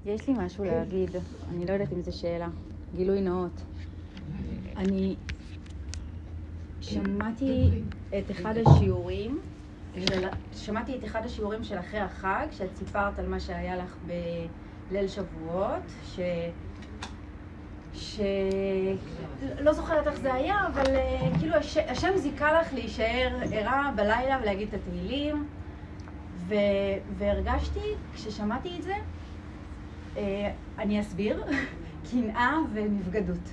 יש לי משהו להגיד, אני לא יודעת אם זו שאלה, גילוי נאות. אני שמעתי את אחד השיעורים של אחרי החג, שאת סיפרת על מה שהיה לך בליל שבועות, לא זוכרת איך זה היה, אבל כאילו השם זיכה לך להישאר ערה בלילה ולהגיד את התהילים, והרגשתי, כששמעתי את זה, אני אסביר, קנאה ונבגדות.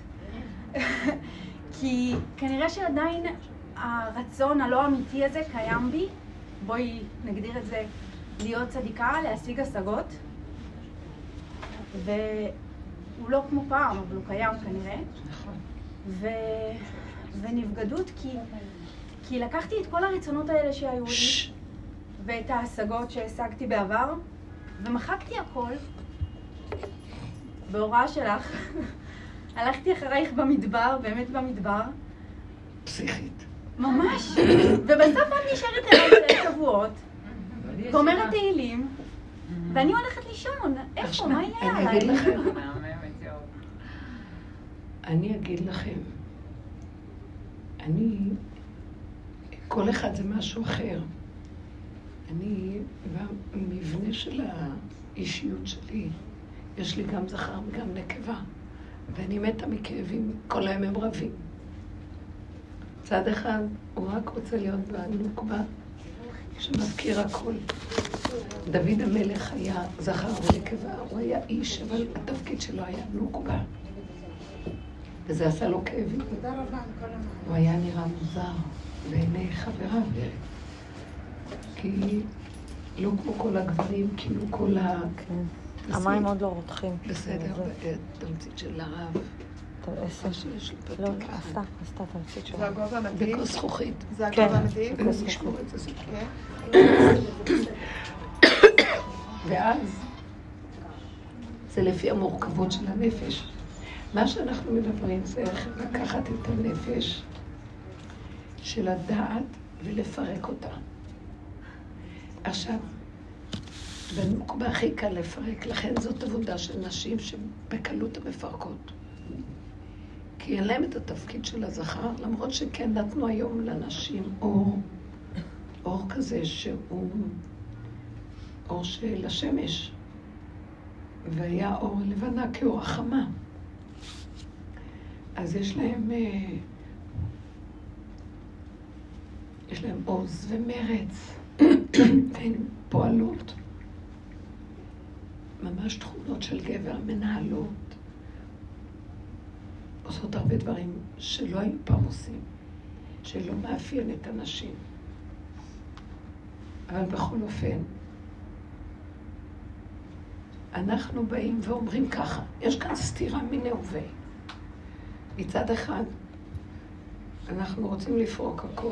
כי כנראה שעדיין הרצון הלא אמיתי הזה קיים בי, בואי נגדיר את זה, להיות צדיקה, להשיג השגות, והוא לא כמו פעם, אבל הוא קיים כנראה. ונבגדות כי לקחתי את כל הרצונות האלה שהיו לי, ואת ההשגות שהשגתי בעבר, ומחקתי הכל בהוראה שלך. הלכתי אחרייך במדבר, באמת במדבר. פסיכית. ממש. ובסוף אני נשארת אליי בליל שבועות, ואומרת תהילים, ואני הולכת לישון. איפה? מה יהיה עליי? אני אגיד לכם. אני אגיד לכם. כל אחד זה משהו אחר. במבנה של האישיות שלי, יש לי גם זכר וגם נקבה. ואני מתה מכאבים, כל היום הם רבים. צד אחד, הוא רק רוצה להיות בנוקבה שמזכיר הכל. דוד המלך היה זכר ונקבה, הוא היה איש, אבל התפקיד שלו היה נוקבה. וזה עשה לו כאבים. תודה רבה על כל המעלה. הוא היה נראה מוזר בעיני חבריו. כי לא כמו כל הגברים, כאילו כל ה... המים עוד לא רותחים. בסדר, תמצית של הרב. שיש לו לא, פתק. עשתה תמצית שלו. זה הגובה המתאים? בכוס זכוכית. זה הגובה המתאים? נשמור את זה. כן. ואז זה לפי המורכבות של הנפש. מה שאנחנו מדברים זה איך לקחת את הנפש של הדעת ולפרק אותה. עכשיו, בנוקבה הכי קל לפרק, לכן זאת עבודה של נשים שבקלות המפרקות. כי אין להם את התפקיד של הזכר, למרות שכן נתנו היום לנשים אור כזה שהוא אור של השמש, והיה אור לבנה כאור החמה. אז יש להם עוז ומרץ, והן פועלות. ממש תכונות של גבר, מנהלות, עושות הרבה דברים שלא היו פעם עושים, שלא מאפיין את הנשים. אבל בכל אופן, אנחנו באים ואומרים ככה, יש כאן סתירה מנהווה. מצד אחד, אנחנו רוצים לפרוק הכל.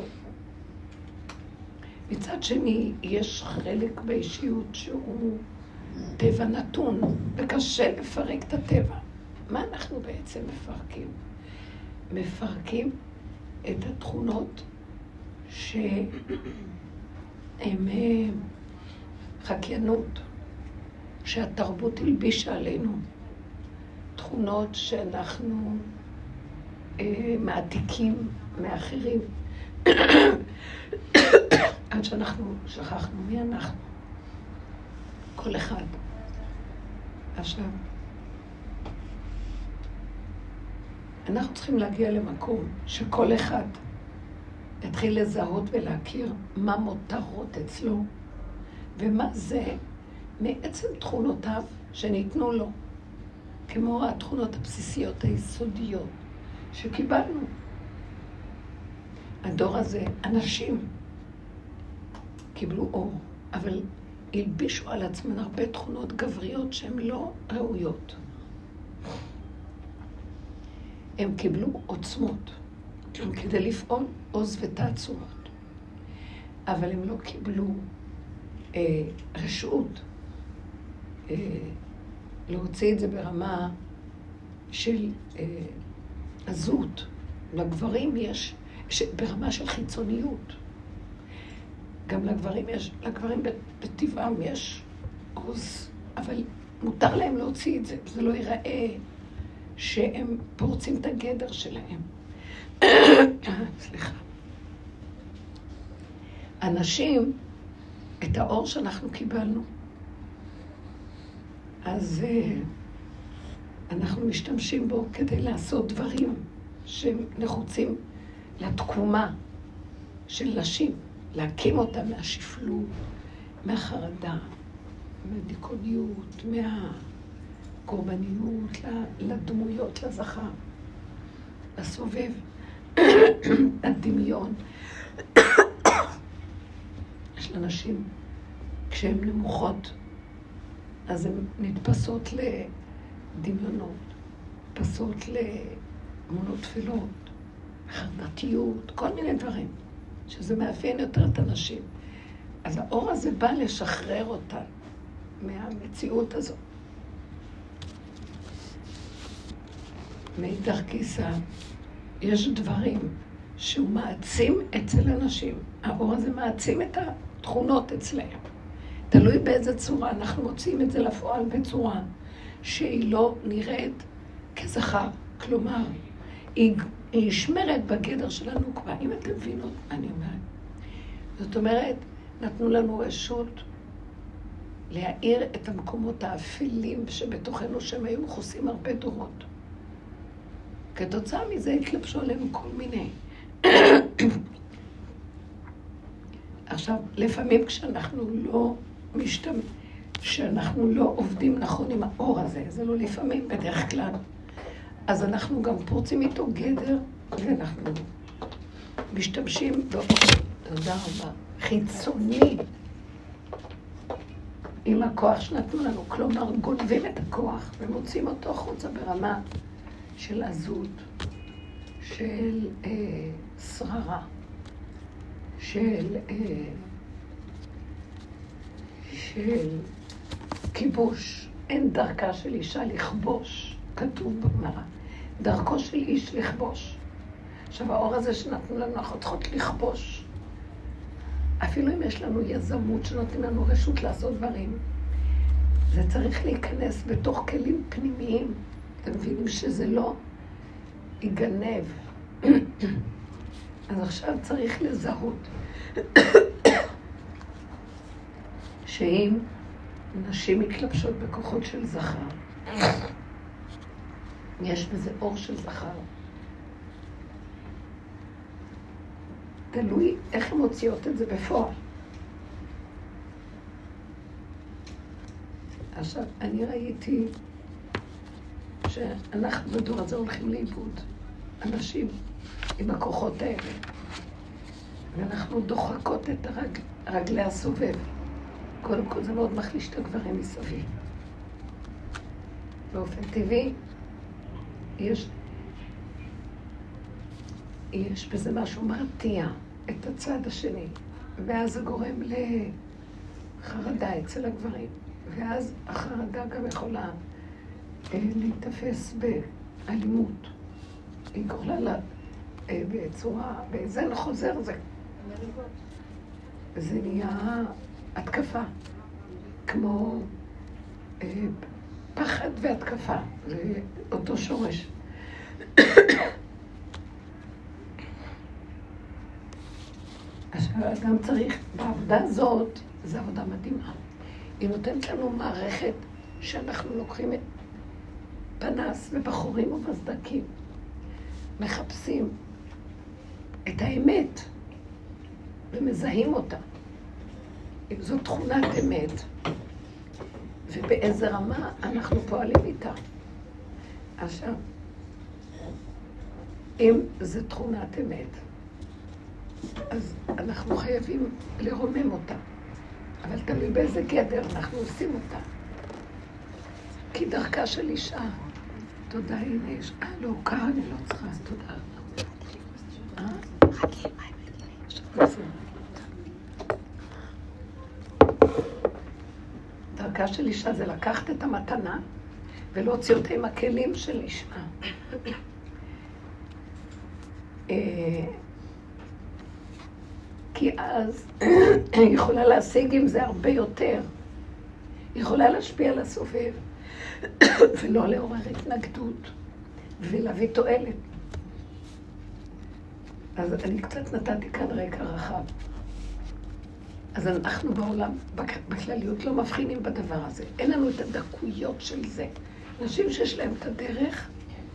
מצד שני, יש חלק באישיות שהוא טבע נתון, וקשה לפרק את הטבע. מה אנחנו בעצם מפרקים? מפרקים את התכונות שהן חקיינות, שהתרבות הלבישה עלינו. תכונות שאנחנו מעתיקים מאחרים. עד שאנחנו שכחנו מי אנחנו. כל אחד. עכשיו, אנחנו צריכים להגיע למקום שכל אחד יתחיל לזהות ולהכיר מה מותרות אצלו, ומה זה מעצם תכונותיו שניתנו לו, כמו התכונות הבסיסיות היסודיות שקיבלנו. הדור הזה, אנשים קיבלו אור, אבל הלבישו על עצמם הרבה תכונות גבריות שהן לא ראויות. הם קיבלו עוצמות כדי לפעול עוז ותעצומות, אבל הם לא קיבלו רשות להוציא את זה ברמה של עזות. לגברים יש, ברמה של חיצוניות. גם לגברים יש, לגברים בטבעם יש עוז, אבל מותר להם להוציא את זה, זה לא ייראה שהם פורצים את הגדר שלהם. סליחה. אנשים, את האור שאנחנו קיבלנו, אז אנחנו משתמשים בו כדי לעשות דברים שהם נחוצים לתקומה של נשים, להקים אותה מהשפלות, מהחרדה, מהדיכאוניות, מהקורבניות, לדמויות, לזכר, לסובב, הדמיון. יש לנשים, כשהן נמוכות, אז הן נתפסות לדמיונות, נתפסות לאמונות תפילות, חרדתיות, כל מיני דברים, שזה מאפיין יותר את הנשים. אז האור הזה בא לשחרר אותה מהמציאות הזאת. מאידך גיסא, יש דברים שהוא מעצים אצל אנשים. האור הזה מעצים את התכונות אצלהם. תלוי באיזה צורה, אנחנו מוצאים את זה לפועל בצורה שהיא לא נראית כזכר. כלומר, היא נשמרת בגדר של הנוקבה. אם אתם מבינות, אני אומרת. זאת אומרת, נתנו לנו רשות להאיר את המקומות האפלים שבתוכנו שהם היו מכוסים הרבה דורות. כתוצאה מזה התלבשו עלינו כל מיני. עכשיו, לפעמים כשאנחנו לא שאנחנו לא עובדים נכון עם האור הזה, זה לא לפעמים, בדרך כלל, אז אנחנו גם פורצים איתו גדר, ואנחנו משתמשים באופן, תודה רבה, חיצוני, עם הכוח שנתנו לנו. כלומר, גונבים את הכוח ומוצאים אותו החוצה ברמה של עזות, של שררה, של כיבוש. אין דרכה של אישה לכבוש, כתוב בגמרא. דרכו של איש לכבוש. עכשיו, האור הזה שנתנו לנו, אנחנו צריכות לכבוש. אפילו אם יש לנו יזמות שנותנים לנו רשות לעשות דברים, זה צריך להיכנס בתוך כלים פנימיים. אתם מבינים שזה לא ייגנב. אז עכשיו צריך לזהות שאם נשים מתלבשות בכוחות של זכר, יש בזה אור של זכר. תלוי איך הן מוציאות את זה בפועל. עכשיו, אני ראיתי שאנחנו בדור הזה הולכים לאיבוד. אנשים עם הכוחות האלה. ואנחנו דוחקות את רגלי הסובב. קודם כל זה מאוד מחליש את הגברים מסביב. באופן טבעי, יש בזה משהו מרתיע את הצד השני, ואז זה גורם לחרדה אצל הגברים, ואז החרדה גם יכולה להתאפס באלימות. היא גורלה לה בצורה, וזה חוזר, זה נהיה התקפה, כמו פחד והתקפה, זה אותו שורש. עכשיו, האדם צריך, בעבודה הזאת, זו עבודה מדהימה. היא נותנת לנו מערכת שאנחנו לוקחים את פנס ובחורים ובסדקים, מחפשים את האמת ומזהים אותה. אם זו תכונת אמת, ובאיזה רמה אנחנו פועלים איתה. עכשיו, אם זו תכונת אמת, אז אנחנו חייבים לרומם אותה. אבל תלוי באיזה גדר אנחנו עושים אותה. כי דרכה של אישה, תודה, הנה יש, לא, קר אני לא צריכה, תודה. דרכה של אישה זה לקחת את המתנה ולהוציא אותה עם הכלים של אישה. כי אז היא יכולה להשיג עם זה הרבה יותר. היא יכולה להשפיע על הסובב, ולא לעורר התנגדות, ולהביא תועלת. אז אני קצת נתתי כאן רקע רחב. אז אנחנו בעולם, בכלליות, לא מבחינים בדבר הזה. אין לנו את הדקויות של זה. אנשים שיש להם את הדרך,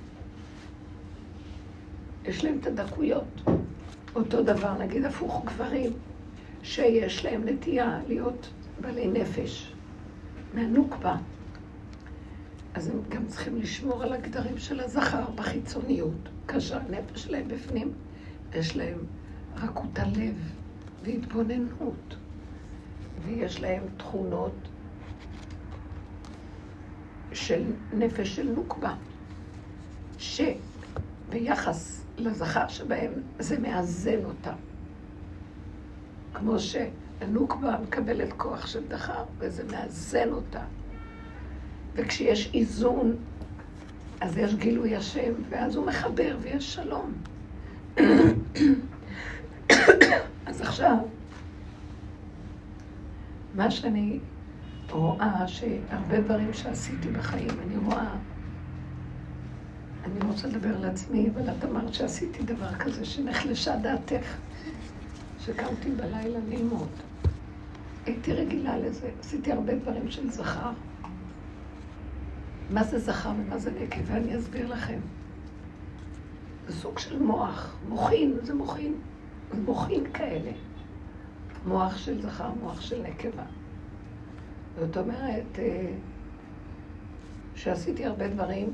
יש להם את הדקויות. אותו דבר, נגיד הפוך, גברים, שיש להם נטייה להיות בעלי נפש, מהנוקבה. אז הם גם צריכים לשמור על הגדרים של הזכר בחיצוניות. כאשר הנפש שלהם בפנים, יש להם רכות הלב והתבוננות, ויש להם תכונות של נפש של נוקבה, שביחס לזכר שבהם זה מאזן אותה. כמו שהנוקבה מקבלת כוח של זכר, וזה מאזן אותה. וכשיש איזון, אז יש גילוי השם, ואז הוא מחבר ויש שלום. אז עכשיו, מה שאני רואה, שהרבה דברים שעשיתי בחיים, אני רואה, אני רוצה לדבר על עצמי, אבל את אמרת שעשיתי דבר כזה שנחלשה דעתך, שקמתי בלילה ללמוד. הייתי רגילה לזה, עשיתי הרבה דברים של זכר. מה זה זכר ומה זה נקב? ואני אסביר לכם. זה סוג של מוח, מוחין, זה מוחין. זה מוחין כאלה. מוח של זכר, מוח של נקבה. זאת אומרת, שעשיתי הרבה דברים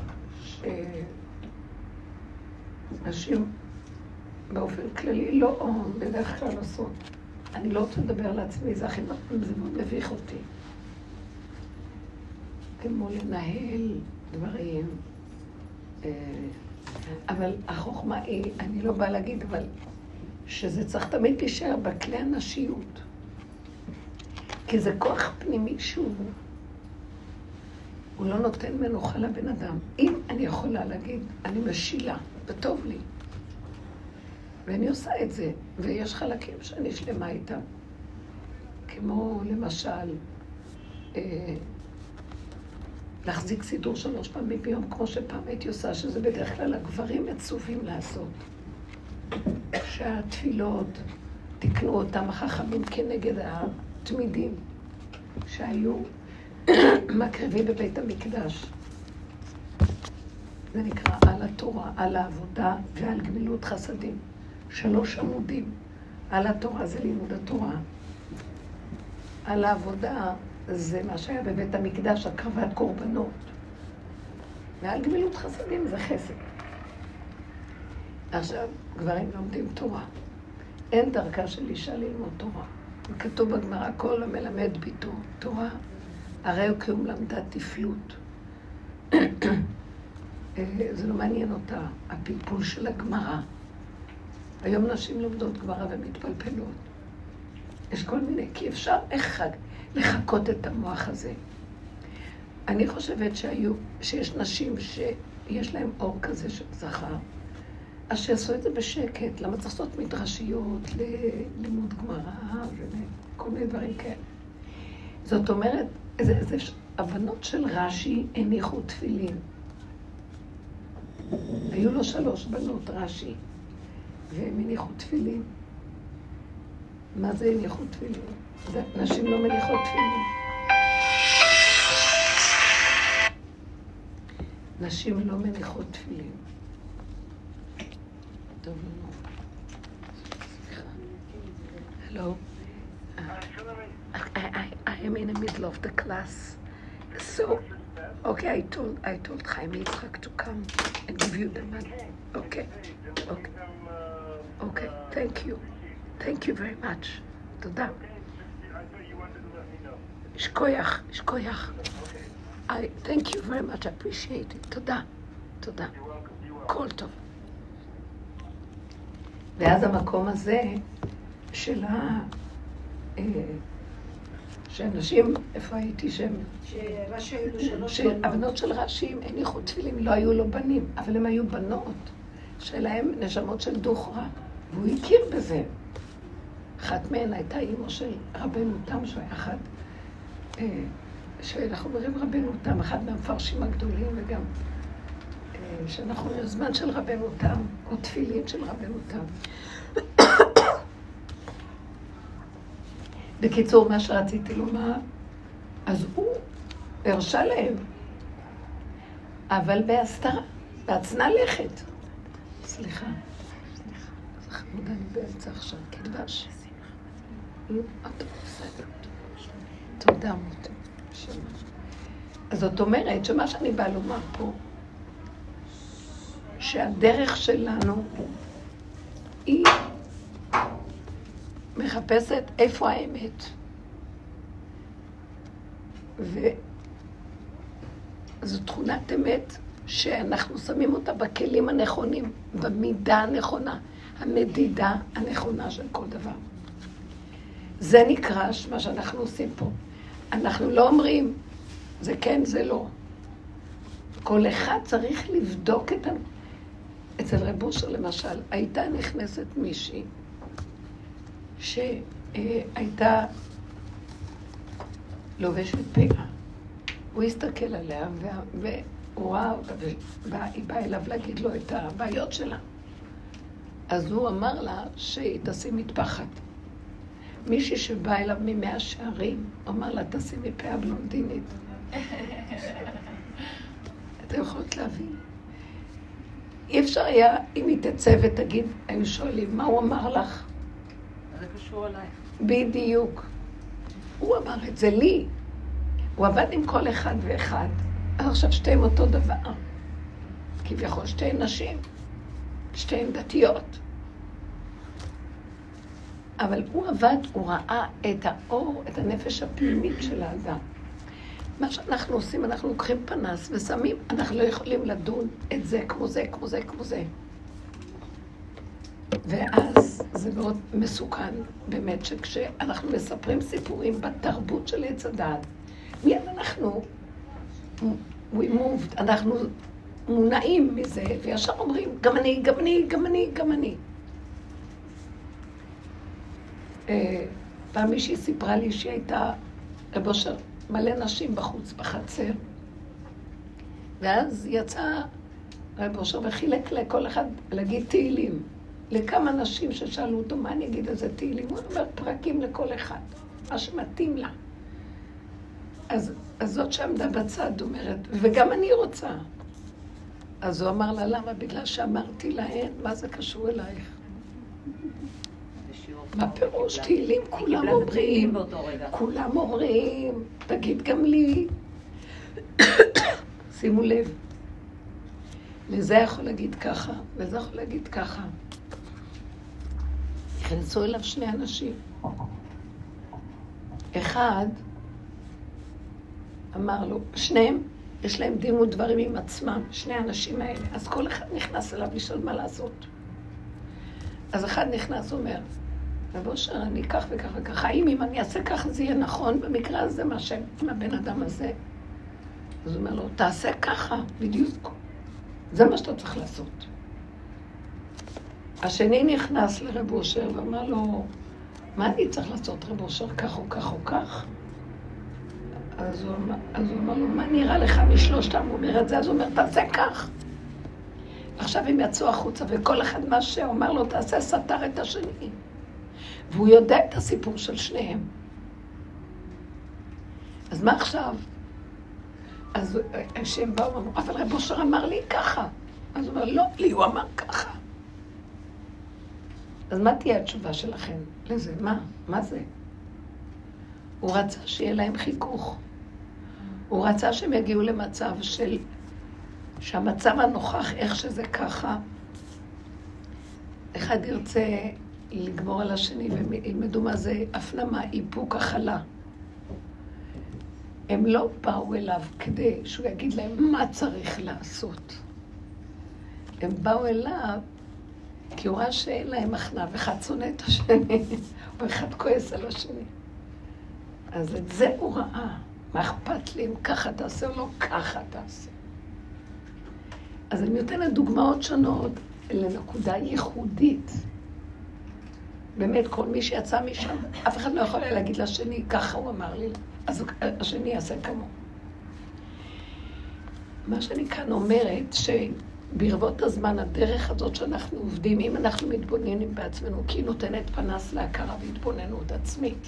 שאנשים באופן כללי לא, או בדרך כלל עושות. אני לא רוצה לדבר על עצמי, זה הכי נכון, זה מאוד מביך אותי. כמו לנהל דברים. אבל החוכמה היא, אני לא באה להגיד, אבל שזה צריך תמיד להישאר בכלי הנשיות. כי זה כוח פנימי שהוא לא נותן מנוחה לבן אדם. אם אני יכולה להגיד, אני משילה, וטוב לי. ואני עושה את זה, ויש חלקים שאני שלמה איתם. כמו למשל, להחזיק סידור 3 פעמים ביום, כמו שפעם הייתי עושה, שזה בדרך כלל הגברים מצווים לעשות. שהתפילות, תקנו אותם החכמים כנגד התמידים, שהיו מקריבים בבית המקדש. זה נקרא על התורה, על העבודה ועל גמילות חסדים. 3 עמודים. על התורה זה לימוד התורה. על העבודה זה מה שהיה בבית המקדש, הקרבת קורבנות. ועל גמילות חסדים זה חסד. עכשיו, גברים לומדים תורה. אין דרכה של אישה ללמוד תורה. כתוב בגמרא, כל המלמד ביתו תורה, הרי הוא כי הוא מלמדה תפלות. זה לא מעניין אותה, הפלפול של הגמרא. היום נשים לומדות גמרא ומתפלפלות. יש כל מיני, כי אפשר אחד לחכות את המוח הזה. אני חושבת שיש נשים שיש להם אור כזה של זכר, אז שעשו את זה בשקט. למה צריך לעשות מדרשיות ללימוד גמרא וכל מיני דברים כאלה? זאת אומרת, הבנות של רש"י הניחו תפילין. היו לו 3 בנות רש"י, והם הניחו תפילין. מה זה הניחו תפילין? נשים לא מניחות תפילין. נשים לא מניחות תפילין. טוב, לא. סליחה. Hello. I am in the middle of the class. So, okay, I told Chaim Yitzchak to come and give you the money. Okay. Okay, thank you. Thank you very much. תודה. שכוייך. Thank you very much, I appreciate it. תודה. כל טוב. ואז המקום הזה של שאנשים, איפה הייתי שהם? שרש"י היו 3 בנות. שהבנות של רש"י הניחו תפילין, לא היו לו בנים, אבל הם היו בנות שלהם נשמות של דוכרה, והוא הכיר בזה. אחת מהן הייתה אימו של רבנו תם, שהוא היה אחד שאנחנו אומרים רבנו תם, אחד מהמפרשים הגדולים, וגם שאנחנו זמן של רבנו תם, או תפילין של רבנו תם. בקיצור, מה שרציתי לומר, אז הוא הרשה להם, אבל בהסתרה, בהצנע לכת. סליחה. זה חמוד, אני באמצע עכשיו, כדבש. תודה מוטי. אז זאת אומרת שמה שאני באה לומר פה, שהדרך שלנו היא מחפשת איפה האמת. וזו תכונת אמת שאנחנו שמים אותה בכלים הנכונים, במידה הנכונה, המדידה הנכונה של כל דבר. זה נקרא מה שאנחנו עושים פה. אנחנו לא אומרים, זה כן, זה לא. כל אחד צריך לבדוק את אצל רב אושר למשל, הייתה נכנסת מישהי שהייתה לובשת פאה. הוא הסתכל עליה והוא ראה אותה, והיא באה אליו להגיד לו את הבעיות שלה. אז הוא אמר לה שהיא תשים מטפחת. מישהי שבא אליו ממאה שערים, אמר לה, תשימי פאה בלונדינית. אתם יכולות להבין. אי אפשר היה, אם היא תצא ותגיד, היו שואלים, מה הוא אמר לך? זה קשור עליי. בדיוק. הוא אמר את זה לי. הוא עבד עם כל אחד ואחד. עכשיו שתיהם אותו דבר. כביכול שתי נשים. שתיהן דתיות. אבל הוא עבד, הוא ראה את האור, את הנפש הפנימית של האדם. מה שאנחנו עושים, אנחנו לוקחים פנס ושמים, אנחנו לא יכולים לדון את זה כמו זה, כמו זה, כמו זה. ואז זה מאוד מסוכן, באמת, שכשאנחנו מספרים סיפורים בתרבות של עץ הדעת, מיד אנחנו, we moved, אנחנו מונעים מזה, וישר אומרים, גם אני, גם אני, גם אני, גם אני. פעם מישהי סיפרה לי שהיא הייתה רב אושר, מלא נשים בחוץ, בחצר. ואז יצא רב אושר וחילק לכל אחד להגיד תהילים. לכמה נשים ששאלו אותו, מה אני אגיד איזה תהילים? הוא אומר פרקים לכל אחד, מה שמתאים לה. אז זאת שעמדה בצד אומרת, וגם אני רוצה. אז הוא אמר לה, למה? בגלל שאמרתי להן, מה זה קשור אלייך? מה פירוש? תהילים כולם אומרים, כולם אומרים, תגיד גם לי. שימו לב, לזה יכול להגיד ככה, וזה יכול להגיד ככה. נכנסו אליו שני אנשים. אחד אמר לו, שניהם, יש להם דין ודברים עם עצמם, שני האנשים האלה. אז כל אחד נכנס אליו לשאול מה לעשות. אז אחד נכנס ואומר, רב אושר, אני כך וכך וכך, האם אם אני אעשה כך זה יהיה נכון? במקרה הזה מה שם עם הבן אדם הזה. אז הוא אומר לו, תעשה ככה, בדיוק. זה מה שאתה צריך לעשות. השני נכנס לרב אושר ואמר לו, מה אני צריך לעשות רב אושר, כך או כך או כך? אז הוא אמר לו, מה נראה לך משלושתם? הוא אומר את זה, אז הוא אומר, תעשה כך. עכשיו הם יצאו החוצה, וכל אחד מה שאומר לו, תעשה סתר את השני. והוא יודע את הסיפור של שניהם. אז מה עכשיו? אז שהם באו ואמרו, אבל רב אושר אמר לי ככה. אז הוא אומר, לא, לי הוא אמר ככה. אז מה תהיה התשובה שלכם לזה? מה זה? הוא רצה שיהיה להם חיכוך. הוא רצה שהם יגיעו למצב של שהמצב הנוכח, איך שזה ככה, אחד ירצה לגמור על השני, וילמדו מה זה הפנמה, איפוק, הכלה. הם לא באו אליו כדי שהוא יגיד להם מה צריך לעשות. הם באו אליו כי הוא ראה שאין להם הכנעה, ואחד שונא את השני, ואחד כועס על השני. אז את זה הוא ראה. מה אכפת לי אם ככה תעשה או לא ככה תעשה? אז אני נותנת דוגמאות שונות לנקודה ייחודית. באמת, כל מי שיצא משם, אף אחד לא יכול להגיד לשני, ככה הוא אמר לי, אז השני יעשה כמוהו. מה שאני כאן אומרת, שברבות הזמן, הדרך הזאת שאנחנו עובדים, אם אנחנו מתבוננים בעצמנו, כי היא נותנת פנס להכרה והתבוננות עצמית.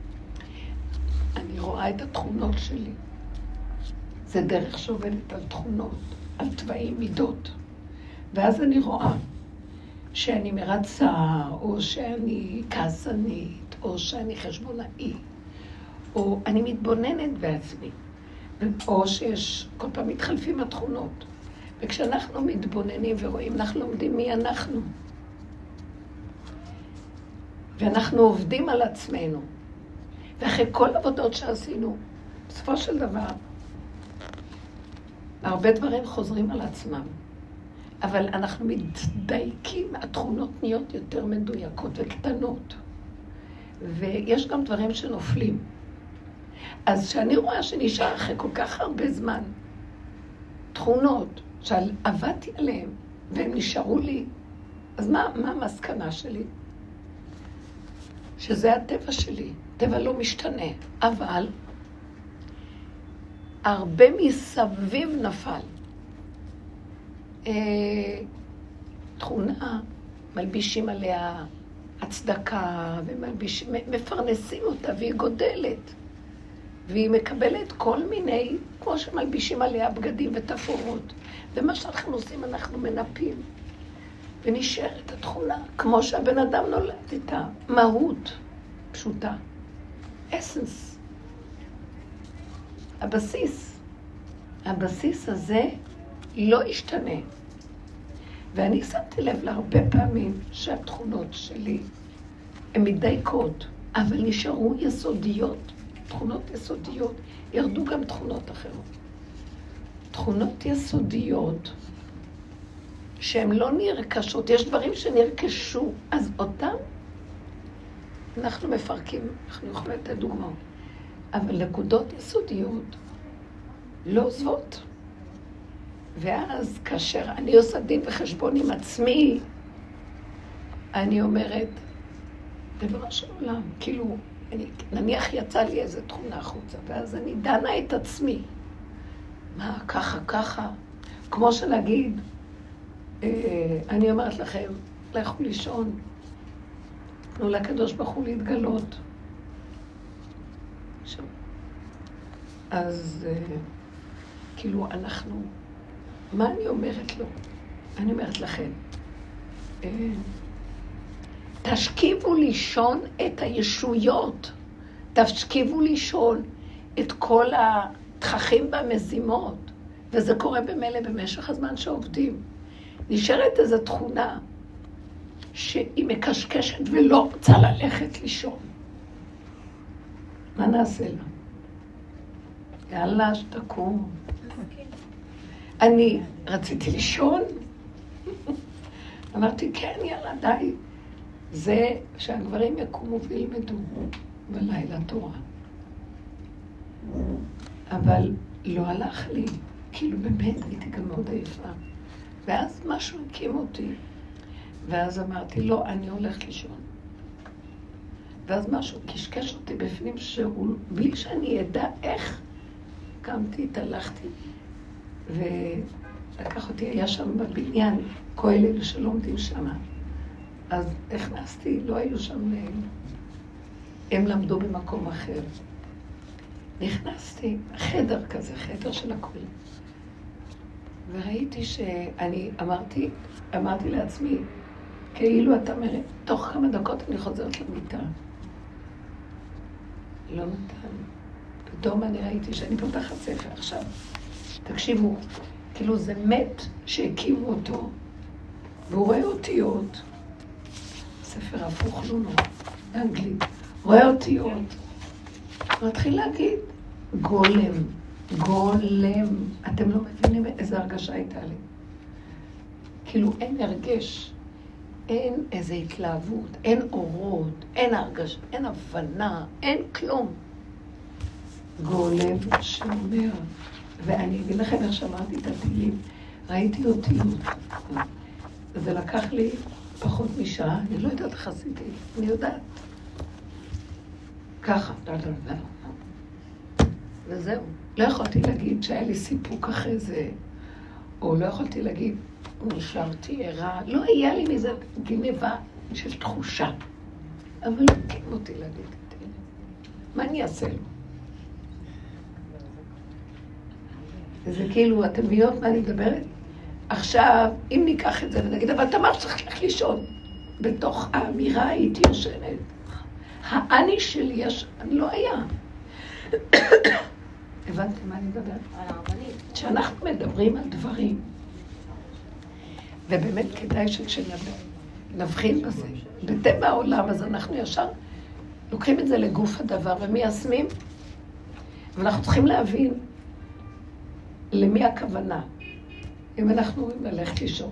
אני רואה את התכונות שלי. זה דרך שעובדת על תכונות, על טבעים, מידות. ואז אני רואה שאני מרצה, או שאני כעסנית, או שאני חשבונאי, או אני מתבוננת בעצמי. או שיש, כל פעם מתחלפים התכונות. וכשאנחנו מתבוננים ורואים, אנחנו לומדים מי אנחנו. ואנחנו עובדים על עצמנו. ואחרי כל עבודות שעשינו, בסופו של דבר, הרבה דברים חוזרים על עצמם. אבל אנחנו מתדייקים, התכונות נהיות יותר מדויקות וקטנות. ויש גם דברים שנופלים. אז כשאני רואה שנשאר אחרי כל כך הרבה זמן, תכונות שעבדתי עליהן והן נשארו לי, אז מה המסקנה שלי? שזה הטבע שלי, טבע לא משתנה, אבל הרבה מסביב נפל. תכונה, מלבישים עליה הצדקה ומלבישים, מפרנסים אותה והיא גודלת. והיא מקבלת כל מיני, כמו שמלבישים עליה בגדים ותפורות. ומה שאנחנו עושים, אנחנו מנפים. ונשארת התכונה, כמו שהבן אדם נולד איתה. מהות פשוטה. אסנס. הבסיס. הבסיס הזה לא ישתנה. ואני שמתי לב להרבה פעמים שהתכונות שלי הן מדייקות, אבל נשארו יסודיות. תכונות יסודיות, ירדו גם תכונות אחרות. תכונות יסודיות שהן לא נרכשות, יש דברים שנרכשו, אז אותם אנחנו מפרקים, אנחנו יכולים לתת דוגמאות. אבל נקודות יסודיות לא עוזבות. ואז כאשר אני עושה דין וחשבון עם עצמי, אני אומרת, דבר של עולם, כאילו, נניח יצא לי איזו תכונה החוצה, ואז אני דנה את עצמי. מה, ככה? כמו שנגיד, אני אומרת לכם, לכו לישון, תנו לקדוש ברוך הוא להתגלות. אז כאילו אנחנו, מה אני אומרת לו? אני אומרת לכם, תשכיבו לישון את הישויות, תשכיבו לישון את כל התככים והמזימות, וזה קורה במילא במשך הזמן שעובדים. נשארת איזו תכונה שהיא מקשקשת ולא רוצה ללכת לישון. מה נעשה לה? יאללה, שתקום. אני רציתי לישון. אמרתי, כן, יאללה, די. זה שהגברים יקומו וילמדו בלילה תורה. אבל לא הלך לי, כאילו באמת הייתי גם מאוד עייפה. ואז משהו הקים אותי, ואז אמרתי, לא, אני הולכת לישון. ואז משהו קשקש אותי בפנים שהוא, בלי שאני אדע איך, קמתי, התהלכתי, ולקח אותי, היה שם בבניין, כוללים שלא עומדים שם. אז הכנסתי, לא היו שם, הם למדו במקום אחר. נכנסתי, חדר כזה, חדר של הכול. וראיתי שאני אמרתי לעצמי, כאילו אתה מראה, תוך כמה דקות אני חוזרת למיטה. לא נתן. פתאום אני ראיתי שאני פותחת ספר עכשיו. תקשיבו, כאילו זה מת שהקימו אותו, והוא רואה אותיות. ספר הפוך לונו, באנגלית. רואה אותיות. מתחיל להגיד, גולם. אתם לא מבינים איזה הרגשה הייתה לי. כאילו אין הרגש, אין איזו התלהבות, אין אורות, אין הרגש, אין הבנה, אין כלום. גולם שאומר, ואני אגיד לכם איך שמעתי את התהילים, ראיתי אותיות. זה לקח לי פחות משעה, אני לא יודעת איך עשיתי, אני יודעת. ככה, וזהו. לא יכולתי להגיד שהיה לי סיפוק אחרי זה, או לא יכולתי להגיד, נשארתי ערה, לא היה לי מזה גניבה של תחושה. אבל לא כן אותי להגיד את זה. מה אני אעשה לו? וזה כאילו, אתם מבינות מה אני מדברת? עכשיו, אם ניקח את זה ונגיד, אבל תמר צריך ללכת לישון. בתוך האמירה הייתי יושנת. האני שלי, לא היה. הבנתי מה אני מדברת? כשאנחנו מדברים על דברים, ובאמת כדאי שכשנבחין בזה, בטבע העולם, אז אנחנו ישר לוקחים את זה לגוף הדבר ומיישמים, ואנחנו צריכים להבין למי הכוונה. אם אנחנו אומרים ללכת לישון,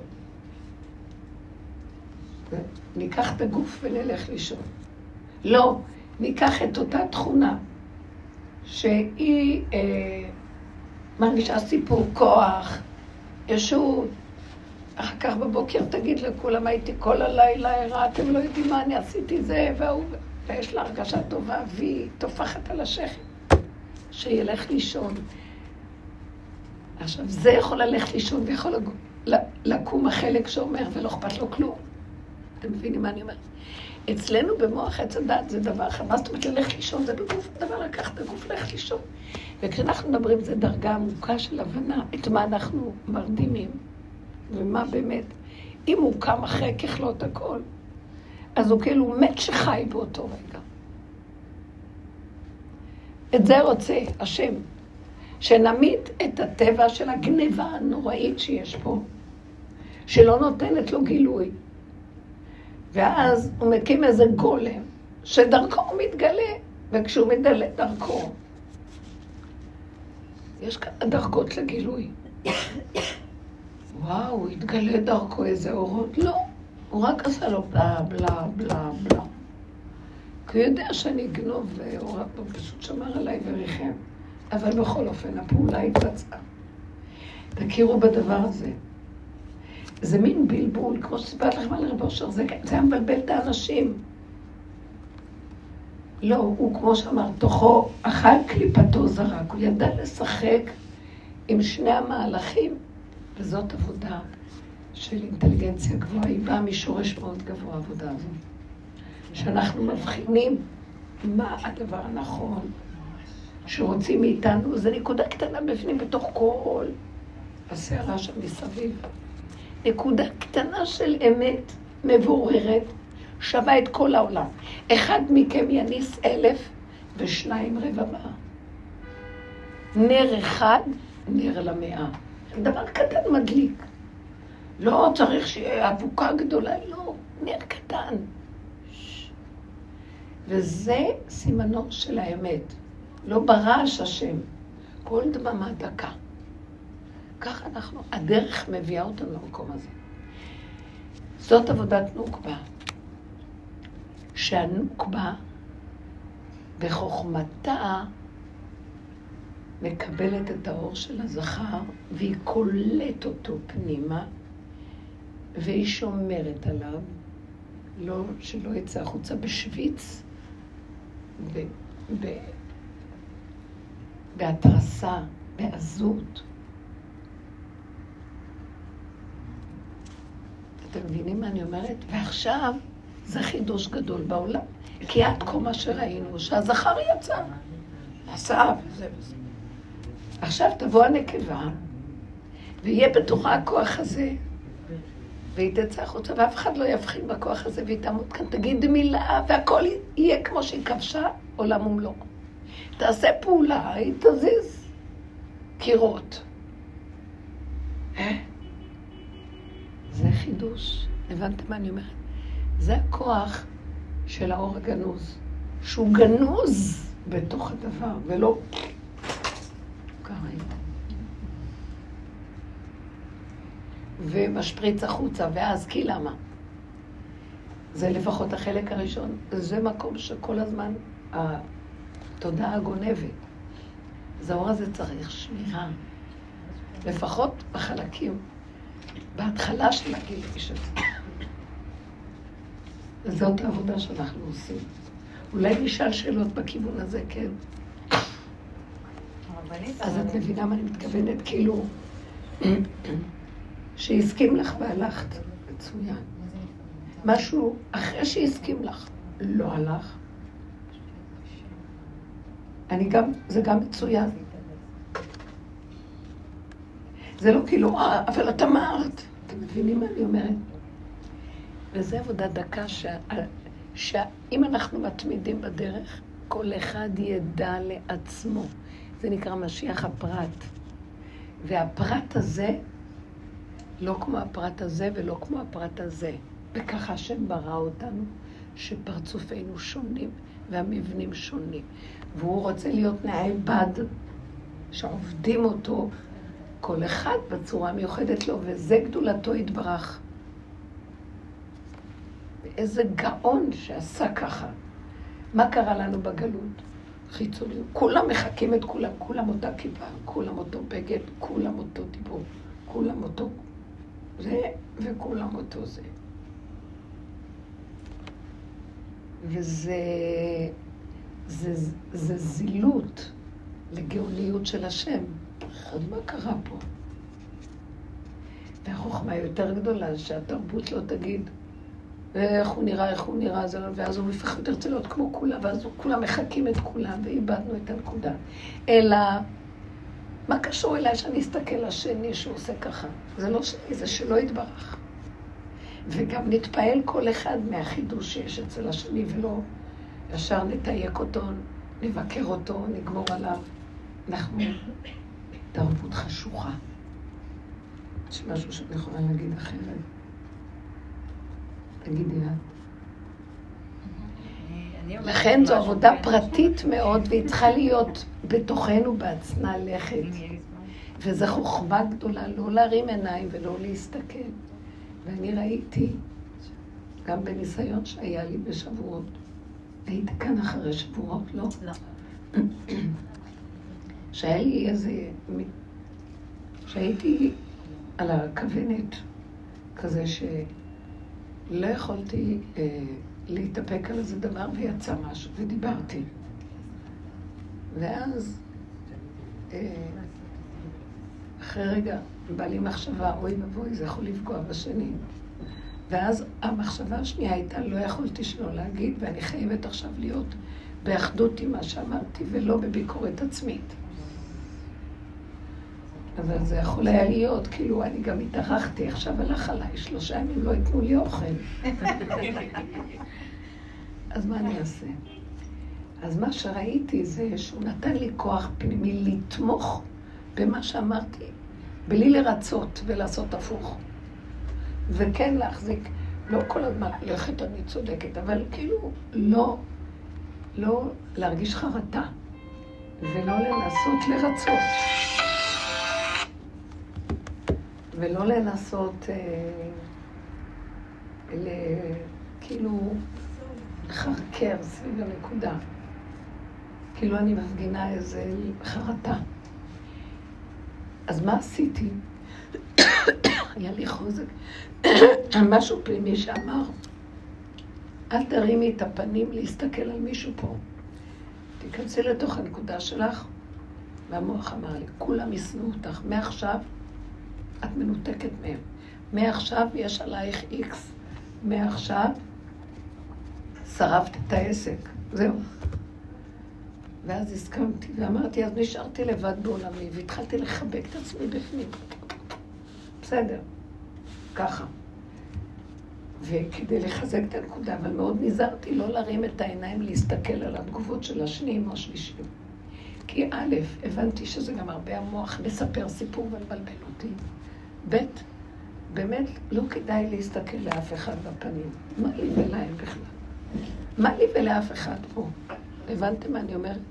ניקח את הגוף ונלך לישון. לא, ניקח את אותה תכונה שהיא מרגישה סיפור כוח, ישות, אחר כך בבוקר תגיד לכולם, הייתי כל הלילה ערה, אתם לא יודעים מה אני עשיתי זה והוא, ויש לה הרגשה טובה והיא תופחת על השכם, שילך לישון. עכשיו, זה יכול ללכת לישון ויכול לקום החלק שאומר ולא אכפת לו כלום. אתם מבינים מה אני אומרת? אצלנו במוח עץ הדת זה דבר אחר. מה זאת אומרת ללכת לישון? זה בגוף הדבר, לקח את הגוף ללכת לישון. וכשאנחנו מדברים זה דרגה עמוקה של הבנה את מה אנחנו מרדימים ומה באמת. אם הוא קם אחרי ככלות הכל, אז הוא כאילו מת שחי באותו רגע. את זה רוצה השם. שנמית את הטבע של הגניבה הנוראית שיש פה, שלא נותנת לו גילוי. ואז הוא מקים איזה גולם, שדרכו הוא מתגלה, וכשהוא מתגלה דרכו, יש כאן דרגות לגילוי. וואו, הוא התגלה דרכו איזה אורות? לא, הוא רק עשה לו בלה בלה בלה בלה. כי הוא יודע שאני אגנוב, והוא פשוט שמר עליי וריחם. אבל בכל אופן, הפעולה התבצעה. תכירו בדבר הזה. זה מין בלבול, כמו שסיפרת לכם על רב אושר, זה היה מבלבל את האנשים. לא, הוא כמו שאמר, תוכו אכל קליפתו זרק, הוא ידע לשחק עם שני המהלכים, וזאת עבודה של אינטליגנציה גבוהה, היא באה משורש מאוד גבוה, העבודה הזאת. שאנחנו מבחינים מה הדבר הנכון, שרוצים מאיתנו, זה נקודה קטנה בפנים בתוך כל הסערה שם מסביב. נקודה קטנה של אמת מבוררת, שווה את כל העולם. אחד מכם יניס 1,000 ושניים רבבה. נר אחד, נר ל100. דבר קטן מדליק. לא צריך שיהיה אבוקה גדולה, לא, נר קטן. וזה סימנו של האמת. לא ברעש השם, כל דממה דקה. ככה אנחנו, הדרך מביאה אותנו למקום הזה. זאת עבודת נוקבה. שהנוקבה בחוכמתה מקבלת את האור של הזכר והיא קולט אותו פנימה והיא שומרת עליו, לא, שלא יצא החוצה בשוויץ, בהתרסה, בעזות. אתם מבינים מה אני אומרת? ועכשיו זה חידוש גדול בעולם. כי עד כה מה שראינו, שהזכר יצא, עשה וזה וזה. עכשיו תבוא הנקבה, ויהיה בתוכה הכוח הזה, והיא תצא החוצה, ואף אחד לא יבחין בכוח הזה, והיא תעמוד כאן, תגיד מילה, והכל יהיה כמו שהיא כבשה, עולם ומלואו. תעשה פעולה, היא תזיז קירות. זה חידוש. הבנתם מה אני אומרת? זה הכוח של האור הגנוז, שהוא גנוז בתוך הדבר, ולא ככה. ומשפריץ החוצה, ואז כי למה? זה לפחות החלק הראשון. זה מקום שכל הזמן התודעה גונבת. אז האור הזה צריך שמירה. לפחות בחלקים, בהתחלה של הגילוי של זה. וזאת העבודה שאנחנו עושים. אולי נשאל שאלות בכיוון הזה, כן. אז את מבינה מה אני מתכוונת? כאילו, שהסכים לך והלכת, מצוין. משהו אחרי שהסכים לך, לא הלך. זה גם מצוין. זה לא כאילו, אבל את אמרת. אתם מבינים מה אני אומרת? וזו עבודה דקה שאם אנחנו מתמידים בדרך, כל אחד ידע לעצמו. זה נקרא משיח הפרט. והפרט הזה, לא כמו הפרט הזה ולא כמו הפרט הזה. וככה השם ברא אותנו, שפרצופינו שונים והמבנים שונים. והוא רוצה להיות נאי בד, שעובדים אותו, כל אחד בצורה מיוחדת לו, וזה גדולתו יתברך. ואיזה גאון שעשה ככה. מה קרה לנו בגלות? חיצוני. כולם מחכים את כולם, כולם אותה כיפה, כולם אותו בגד, כולם אותו דיבור, כולם אותו זה וכולם אותו זה. וזה זילות לגאוניות של השם. אז מה קרה פה? והחוכמה יותר גדולה, שהתרבות לא תגיד איך הוא נראה, זה לא, ואז הוא מפחד יותר להיות כמו כולם, ואז כולם מחכים את כולם, ואיבדנו את הנקודה. אלא, מה קשור אליי שאני אסתכל לשני שהוא עושה ככה? זה לא שלי, זה שלא יתברך. וגם נתפעל כל אחד מהחידוש שיש אצל השני, ולא ישר נתייק אותו, נבקר אותו, נגמור עליו. אנחנו תרבות חשוכה. יש משהו שאני יכולה להגיד אחרת. תגידי את. לכן זו עבודה פרטית מאוד, והיא צריכה להיות בתוכנו בעצמה לכת. וזו חוכמה גדולה, לא להרים עיניים ולא להסתכל. ואני ראיתי, גם בניסיון שהיה לי בשבועות, הייתי כאן אחרי שבועות, לא? לא. שהיה לי שהייתי על הכוונת כזה שלא יכולתי להתאפק על איזה דבר ויצא משהו ודיברתי. ואז אחרי רגע בא לי מחשבה, אוי ובוי, זה יכול לפגוע בשני. ואז המחשבה השנייה הייתה, לא יכולתי שלא להגיד, ואני חייבת עכשיו להיות באחדות עם מה שאמרתי, ולא בביקורת עצמית. אבל זה יכול היה להיות, כאילו אני גם התארחתי, עכשיו הלך עליי, 3 ימים לא ייתנו לי אוכל. אז מה אני אעשה? אז מה שראיתי זה שהוא נתן לי כוח פנימי לתמוך במה שאמרתי, בלי לרצות ולעשות הפוך. וכן להחזיק, לא כל הזמן ללכת אני צודקת, אבל כאילו לא להרגיש חרטה, ולא לנסות לרצות. ולא לנסות כאילו לחרקר סביב הנקודה. כאילו אני מפגינה איזה חרטה. אז מה עשיתי? היה לי חוזק. משהו פנימי שאמר, אל תרימי את הפנים להסתכל על מישהו פה. תיכנסי לתוך הנקודה שלך. והמוח אמר לי, כולם ישנאו אותך. מעכשיו את מנותקת מהם. מעכשיו יש עלייך איקס. מעכשיו שרפת את העסק. זהו. ואז הסכמתי ואמרתי, אז נשארתי לבד בעולמי, והתחלתי לחבק את עצמי בפנים. בסדר, ככה. וכדי לחזק את הנקודה, אבל מאוד נזהרתי לא להרים את העיניים להסתכל על התגובות של השניים או השלישיים. כי א', הבנתי שזה גם הרבה המוח מספר סיפור ולבלבל אותי. ב', באמת לא כדאי להסתכל לאף אחד בפנים. מה לי ולהם בכלל? מה לי ולאף אחד פה? הבנתם מה אני אומרת?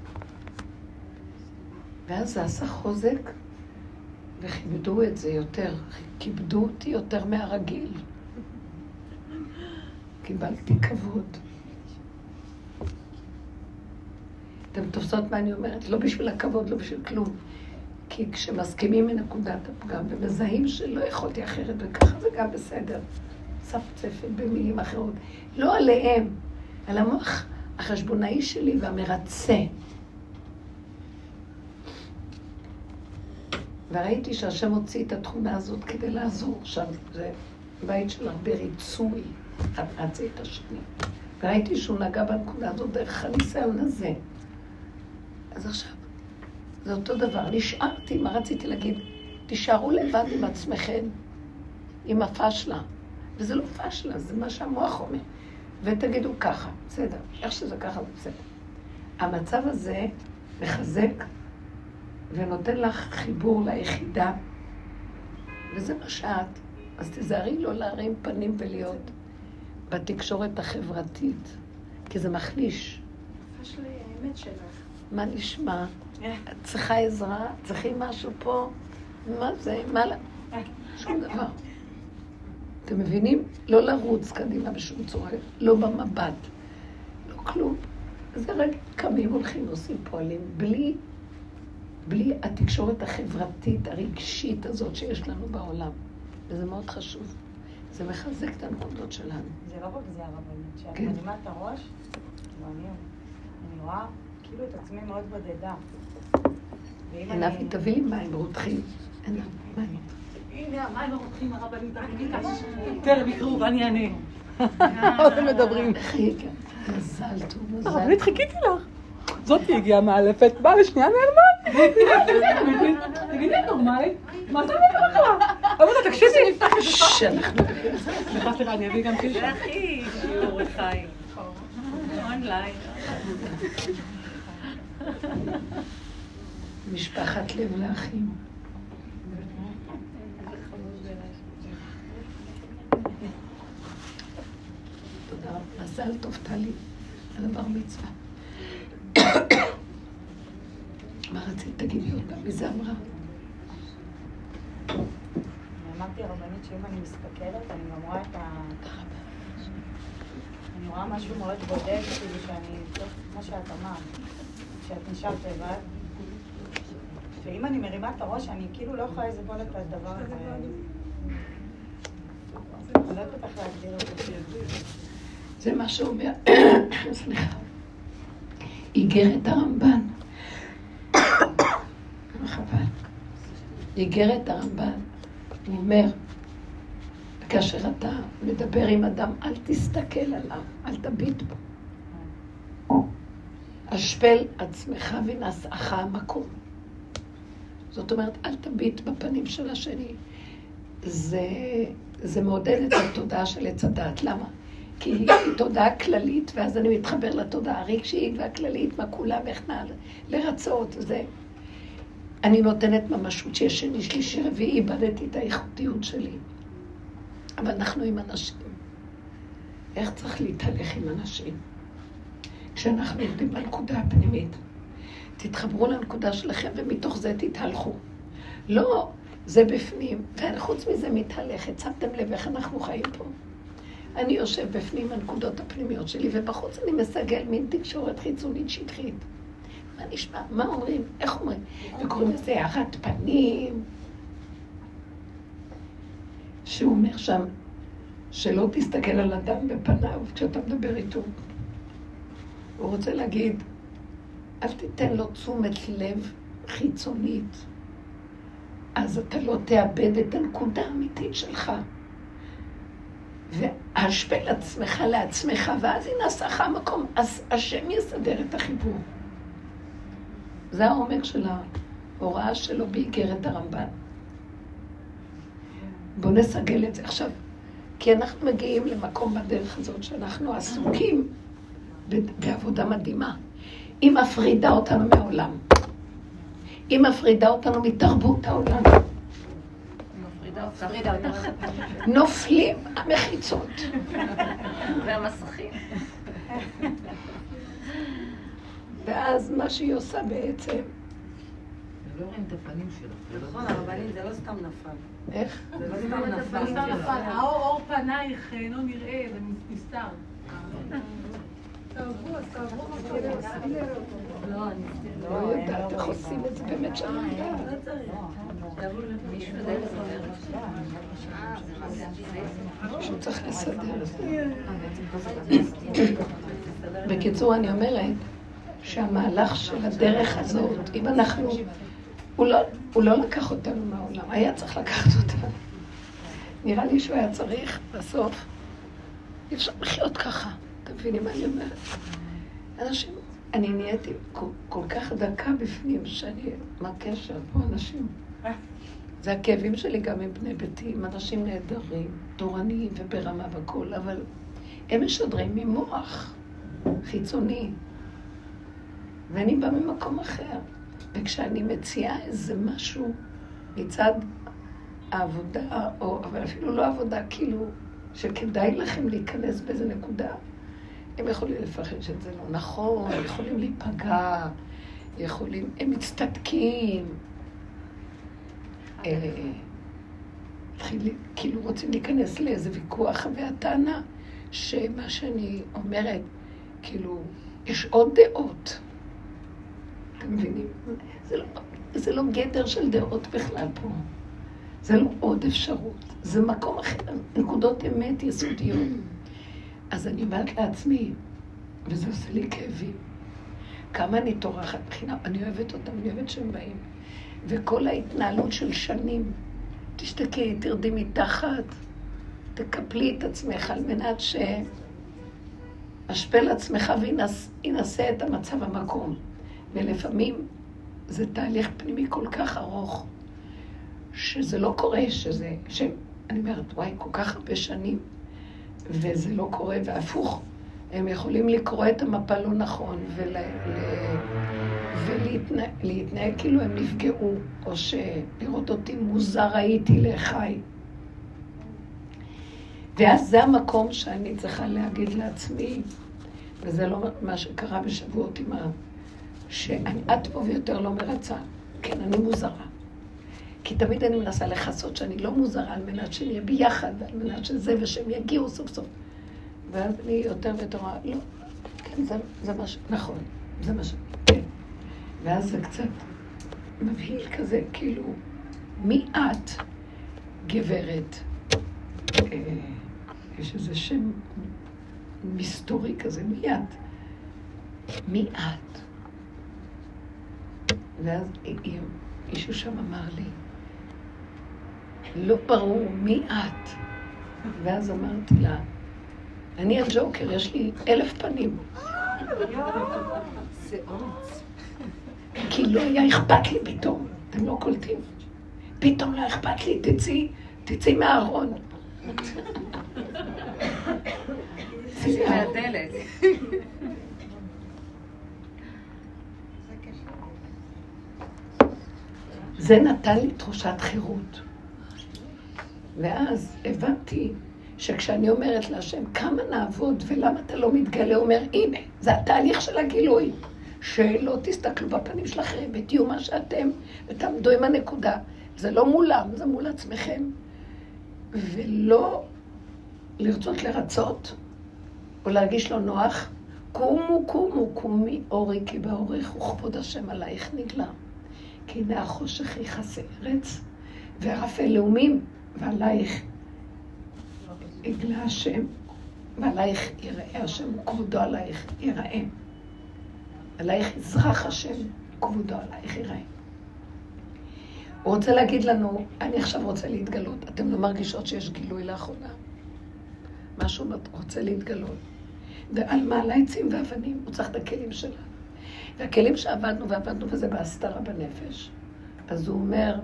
ואז זה עשה חוזק, וכיבדו את זה יותר. כיבדו אותי יותר מהרגיל. קיבלתי כבוד. אתם תופסות מה אני אומרת? לא בשביל הכבוד, לא בשביל כלום. כי כשמסכימים מנקודת הפגם ומזהים שלא יכולתי אחרת, וככה זה גם בסדר. מצפצפת במילים אחרות. לא עליהם, על המוח החשבונאי שלי והמרצה. וראיתי שהשם הוציא את התכונה הזאת כדי לעזור. עכשיו, זה בית של הרבה ריצוי, אחד רצה את השני. וראיתי שהוא נגע בנקודה הזאת דרך הניסיון הזה. אז עכשיו, זה אותו דבר. נשארתי, מה רציתי להגיד? תישארו לבד עם עצמכם, עם הפשלה. וזה לא פשלה, זה מה שהמוח אומר. ותגידו ככה, בסדר, איך שזה ככה זה בסדר. המצב הזה מחזק ונותן לך חיבור ליחידה, וזה מה שאת. אז תזהרי לא להרים פנים ולהיות בתקשורת החברתית, כי זה מחליש. יש לי האמת שלך. מה נשמע? את צריכה עזרה? צריכים משהו פה? מה זה? מה לה? שום דבר. אתם מבינים? לא לרוץ קדימה בשום צורה, לא במבט, לא כלום. זה רק קמים, הולכים, עושים, פועלים, בלי התקשורת החברתית, הרגשית הזאת שיש לנו בעולם. וזה מאוד חשוב. זה מחזק את הנקודות שלנו. זה לא רק זה הרבנית, כשאת כן. מרימה את הראש, אני רואה כאילו את עצמי מאוד בודדה. עיניו, תביא לי מים רותחים. אין מים. הנה, המים הרותחים הרבנית, תרם יקראו ואני אענה. מה אתם מדברים? מזל טוב, מזל. הרבנית, חיכיתי לך. זאתי הגיעה מאלפת, באה לשנייה נעלמה. תגידי, את נורמלית? מה אתה אומר לך? אבל תקשיבי. שאנחנו... סליחה, אני אביא גם קישה. זה הכי שיעור חיים. אונליין. משפחת לב לאחים. תודה, מזל טוב טלי, על הבר מצווה. מה רצית? תגידי אותה, מי זה אמרה? אמרתי הרבנית שאם אני מסתכלת, אני גם רואה את ה... אני רואה משהו מאוד בודד, כאילו שאני, כמו שאת אמרת, שאת נשארת לבד. ואם אני מרימה את הראש, אני כאילו לא יכולה לסבול את הדבר הזה. אני לא יודעת איך להגדיר את זה. זה מה שאומר, סליחה, איגרת הרמב"ן. חבל. איגרת הרמב"ן, הוא אומר, כאשר אתה מדבר עם אדם, אל תסתכל עליו, אל תביט בו. השפל עצמך ונשאך המקום. זאת אומרת, אל תביט בפנים של השני. זה מעודד את התודעה של עץ הדעת. למה? כי היא תודעה כללית, ואז אני מתחבר לתודעה הרגשית והכללית, מה כולם, איך נעל, לרצות, זה. אני נותנת ממשות שיש שני, שלישי, רביעי, איבדתי את האיכותיות שלי. אבל אנחנו עם אנשים. איך צריך להתהלך עם אנשים? כשאנחנו עובדים בנקודה הפנימית, תתחברו לנקודה שלכם ומתוך זה תתהלכו. לא, זה בפנים, וחוץ מזה מתהלכת. שמתם לב איך אנחנו חיים פה. אני יושב בפנים הנקודות הפנימיות שלי, ובחוץ אני מסגל מין תקשורת חיצונית שטחית. מה נשמע? מה אומרים? איך אומרים? וקוראים לזה הערת פנים. שהוא אומר שם, שלא תסתכל על אדם בפניו כשאתה מדבר איתו. הוא רוצה להגיד, אל תיתן לו תשומת לב חיצונית. אז אתה לא תאבד את הנקודה האמיתית שלך. והשפל עצמך לעצמך, ואז הנה עשך המקום, אז השם יסדר את החיבור. זה העומק של ההוראה שלו באיגרת הרמב"ן. בואו נסגל את זה עכשיו, כי אנחנו מגיעים למקום בדרך הזאת שאנחנו עסוקים בעבודה מדהימה. היא מפרידה אותנו מהעולם. היא מפרידה אותנו מתרבות העולם. נופלים המחיצות. והמסכים. ואז מה שהיא עושה בעצם... לא רואים את הפנים שלך. נכון, הרבנית, זה לא סתם נפל. איך? זה לא סתם נפל. האור פנייך אינו נראה, זה נסתר. לא יודעת איך עושים את זה באמת שאני יודעת. שהוא צריך לסדר את זה. בקיצור, אני אומרת שהמהלך של הדרך הזאת, אם אנחנו, הוא לא לקח אותנו מהעולם, היה צריך לקחת אותנו. נראה לי שהוא היה צריך בסוף, אי אפשר לחיות ככה. תביני מה אני אומרת? אנשים, אני נהייתי כל כך דקה בפנים שאני, מה הקשר פה אנשים? זה הכאבים שלי גם עם בני ביתי, עם אנשים נהדרים, תורניים וברמה בכל, אבל הם משדרים ממוח חיצוני, ואני באה ממקום אחר. וכשאני מציעה איזה משהו מצד העבודה, אבל אפילו לא עבודה, כאילו שכדאי לכם להיכנס באיזה נקודה, הם יכולים לפחד שזה לא נכון, יכולים להיפגע, הם מצטדקים. כאילו רוצים להיכנס לאיזה ויכוח, והטענה שמה שאני אומרת, כאילו, יש עוד דעות. אתם מבינים? זה לא גדר של דעות בכלל פה. זה לא עוד אפשרות. זה מקום אחר, נקודות אמת יסודיות. אז אני אומרת לעצמי, וזה עושה לי כאבים, כמה אני תורחת מבחינה, אני אוהבת אותם, אני אוהבת שהם באים. וכל ההתנהלות של שנים, תשתקי, תרדי מתחת, תקפלי את עצמך על מנת שאשפל עצמך וינסה את המצב המקום. ולפעמים זה תהליך פנימי כל כך ארוך, שזה לא קורה, אני אומרת, וואי, כל כך הרבה שנים, וזה לא קורה, והפוך, הם יכולים לקרוא את המפה לא נכון, ולהתנהג כאילו הם נפגעו, או שלראות אותי מוזר הייתי לחי. ואז זה המקום שאני צריכה להגיד לעצמי, וזה לא מה שקרה בשבועות עם שאת פה ויותר לא מרצה. כן, אני מוזרה. כי תמיד אני מנסה לחסות שאני לא מוזרה, על מנת שנהיה ביחד, ועל מנת שזה ושהם יגיעו סוף סוף. ואז אני יותר ויותר, לא, כן, זה מה נכון, זה מה כן. ואז זה קצת מבהיל כזה, כאילו, מי את, גברת? יש איזה שם מסתורי כזה, מי את? מי את? ואז אישו שם אמר לי, לא ברור מי את. ואז אמרתי לה, אני הג'וקר, יש לי 1000 פנים. כי לא היה אכפת לי פתאום, אתם לא קולטים. פתאום לא אכפת לי, תצאי מהארון. תצאי מהדלת. זה נתן לי תחושת חירות. ואז הבנתי שכשאני אומרת להשם, כמה נעבוד ולמה אתה לא מתגלה, אומר, הנה, זה התהליך של הגילוי. שלא תסתכלו בפנים של אחרים, ותהיו מה שאתם, ותעמדו עם הנקודה. זה לא מולם, זה מול עצמכם. ולא לרצות לרצות, או להרגיש לא נוח, קומי אורי כי באורך, וכבוד השם עלייך נגלה. כי הנה החושך יכסה ארץ, וערפל לאומים, ועלייך יגלה השם, ועלייך יראה השם, וכבודו עלייך יראה. עלייך יזרח השם, וכבודו עלייך יראה. הוא רוצה להגיד לנו, אני עכשיו רוצה להתגלות. אתם לא מרגישות שיש גילוי לאחרונה? משהו רוצה להתגלות. ועל מעלה עצים ואבנים, הוא צריך את הכלים שלה. והכלים שעבדנו ועבדנו, וזה בהסתרה בנפש. אז הוא אומר,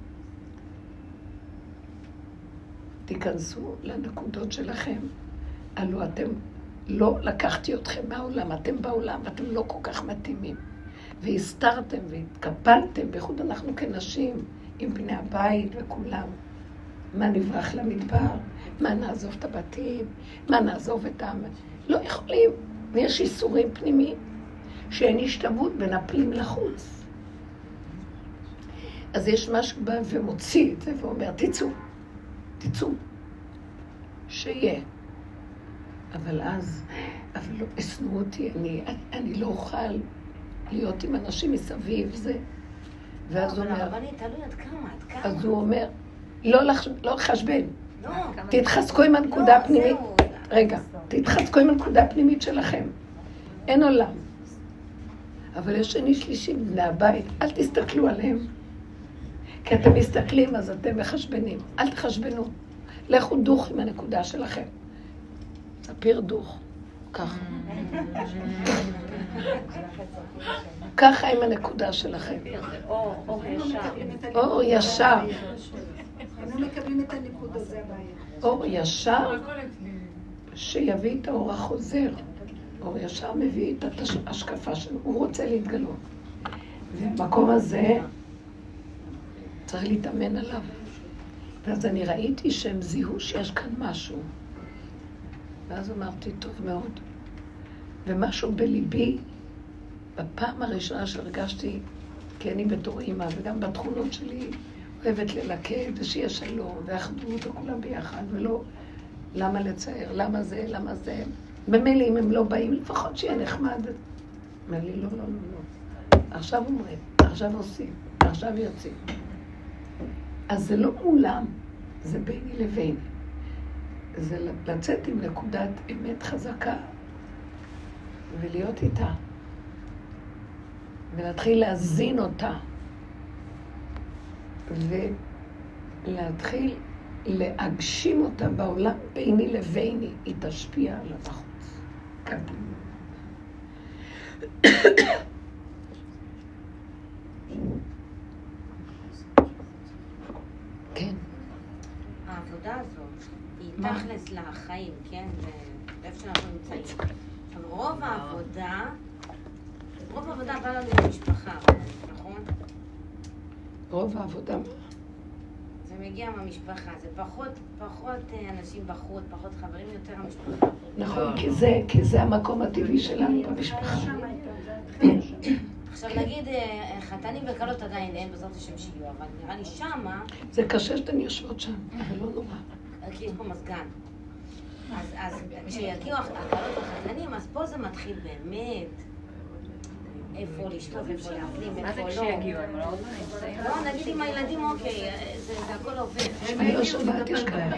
תיכנסו לנקודות שלכם. הלוא אתם, לא לקחתי אתכם מהעולם, אתם בעולם, ואתם לא כל כך מתאימים. והסתרתם והתקפלתם, בייחוד אנחנו כנשים, עם בני הבית וכולם. מה נברח למדבר? מה נעזוב את הבתים? מה נעזוב את העם? לא יכולים. ויש איסורים פנימיים. שאין השתוות בין הפנים לחוץ. אז יש משהו בא ומוציא את זה ואומר, תצאו, שיהיה. אבל לא הסנו אותי, אני לא אוכל להיות עם אנשים מסביב, זה. ואז הוא אומר, אז הוא אומר, לא לחשבן, תתחזקו עם הנקודה הפנימית, רגע, תתחזקו עם הנקודה הפנימית שלכם, אין עולם. אבל יש שני שלישי בני הבית, אל תסתכלו עליהם, כי אתם מסתכלים אז אתם מחשבנים, אל תחשבנו, לכו דוך עם הנקודה שלכם, ספיר דוך, ככה. ככה עם הנקודה שלכם. אור ישר. הם לא מקבלים את הנקודות, זה הבעיה. אור ישר שיביא את האור החוזר. אור ישר מביא את ההשקפה שלו. הוא רוצה להתגלות. ובמקום הזה צריך להתאמן עליו. ואז אני ראיתי שהם זיהו שיש כאן משהו. ואז אמרתי, טוב מאוד. ומשהו בליבי, בפעם הראשונה שהרגשתי, כי אני בתור אימא, וגם בתכונות שלי, אוהבת ללכד, ושיהיה שלום, ואחדות, וכולם ביחד, ולא למה לצייר, למה זה. במילא אם הם לא באים, לפחות שיהיה נחמד. אומר לי, לא. עכשיו אומרים, עכשיו עושים, עכשיו יוצאים. אז זה לא מולם, זה ביני לביני. זה לצאת עם נקודת אמת חזקה, ולהיות איתה. ולהתחיל להזין אותה. ולהתחיל להגשים אותה בעולם ביני לביני. היא תשפיע על החוץ. כאן. כן. העבודה הזאת היא תכלס לחיים, כן? ואיפה שאנחנו נמצאים. אבל רוב העבודה בא לנו במשפחה, נכון? רוב העבודה? זה מגיע מהמשפחה, זה פחות אנשים בחוץ, פחות חברים, יותר המשפחה. נכון, כי זה המקום הטבעי שלנו במשפחה. עכשיו נגיד, חתנים וכלות עדיין אין בעזרת השם שיהיו, אבל נראה לי שמה... זה קשה שאתן יושבות שם, אבל לא נורא. כי יש פה מזגן. אז כשיגיעו הכלות והחתנים, אז פה זה מתחיל באמת. איפה לשתות, איפה להפנים, איפה לא. מה זה כשיגיעו? הם לא נמצאים? לא, נגיד עם הילדים, אוקיי, זה הכל עובד. אני לא שומעת, יש כאלה.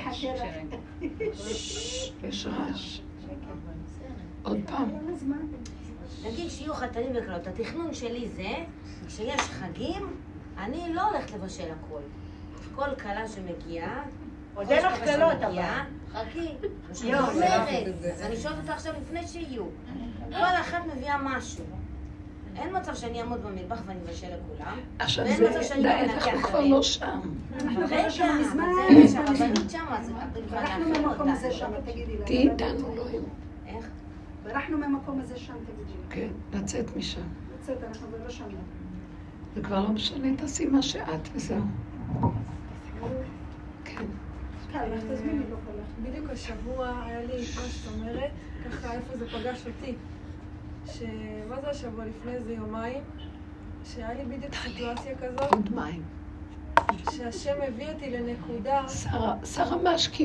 יש רעש. עוד פעם. נגיד שיהיו חתנים וכלות, התכנון שלי זה, כשיש חגים, אני לא הולכת לבשל הכל. כל קלה שמגיעה, עוד אין לך קלות, אבל. חכי, אני אומרת, אז אני שואלת אותה עכשיו לפני שיהיו. כל אחת מביאה משהו. אין מצב שאני אעמוד במטבח ואני אבשל לכולם. עכשיו זה, די, אנחנו כבר לא שם. רגע, זה שהרבנית שם, אז ברחנו מהמקום הזה שם, תגידי לה. תהי איתנו, לא עם. איך? ברחנו מהמקום הזה שם, תגידי לה. כן, לצאת משם. לצאת, אנחנו לא שם. זה כבר לא משנה, תעשי מה שאת וזהו. כן. בדיוק השבוע היה לי, מה שאת אומרת, ככה איפה זה פגש אותי. מה זה השבוע לפני איזה יומיים, שהיה לי בדיוק סיטואציה כזאת. עוד מים. שהשם הביא אותי לנקודה... שרה משקים.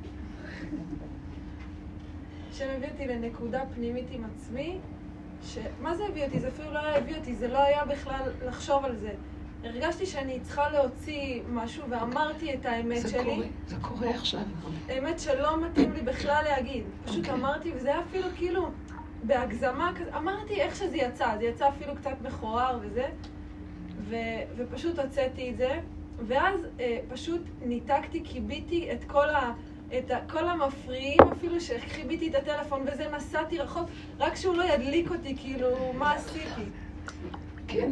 השם הביא אותי לנקודה פנימית עם עצמי, מה זה הביא אותי? זה אפילו לא היה הביא אותי, זה לא היה בכלל לחשוב על זה. הרגשתי שאני צריכה להוציא משהו ואמרתי את האמת שלי. זה קורה עכשיו. האמת שלא מתאים לי בכלל להגיד. פשוט אמרתי, וזה היה אפילו כאילו בהגזמה כזה. אמרתי איך שזה יצא, זה יצא אפילו קצת מכוער וזה. ופשוט הוצאתי את זה. ואז פשוט ניתקתי, קיביתי את כל המפריעים, אפילו שחיביתי את הטלפון וזה, נסעתי רחוק, רק שהוא לא ידליק אותי, כאילו, מה עשיתי? כן.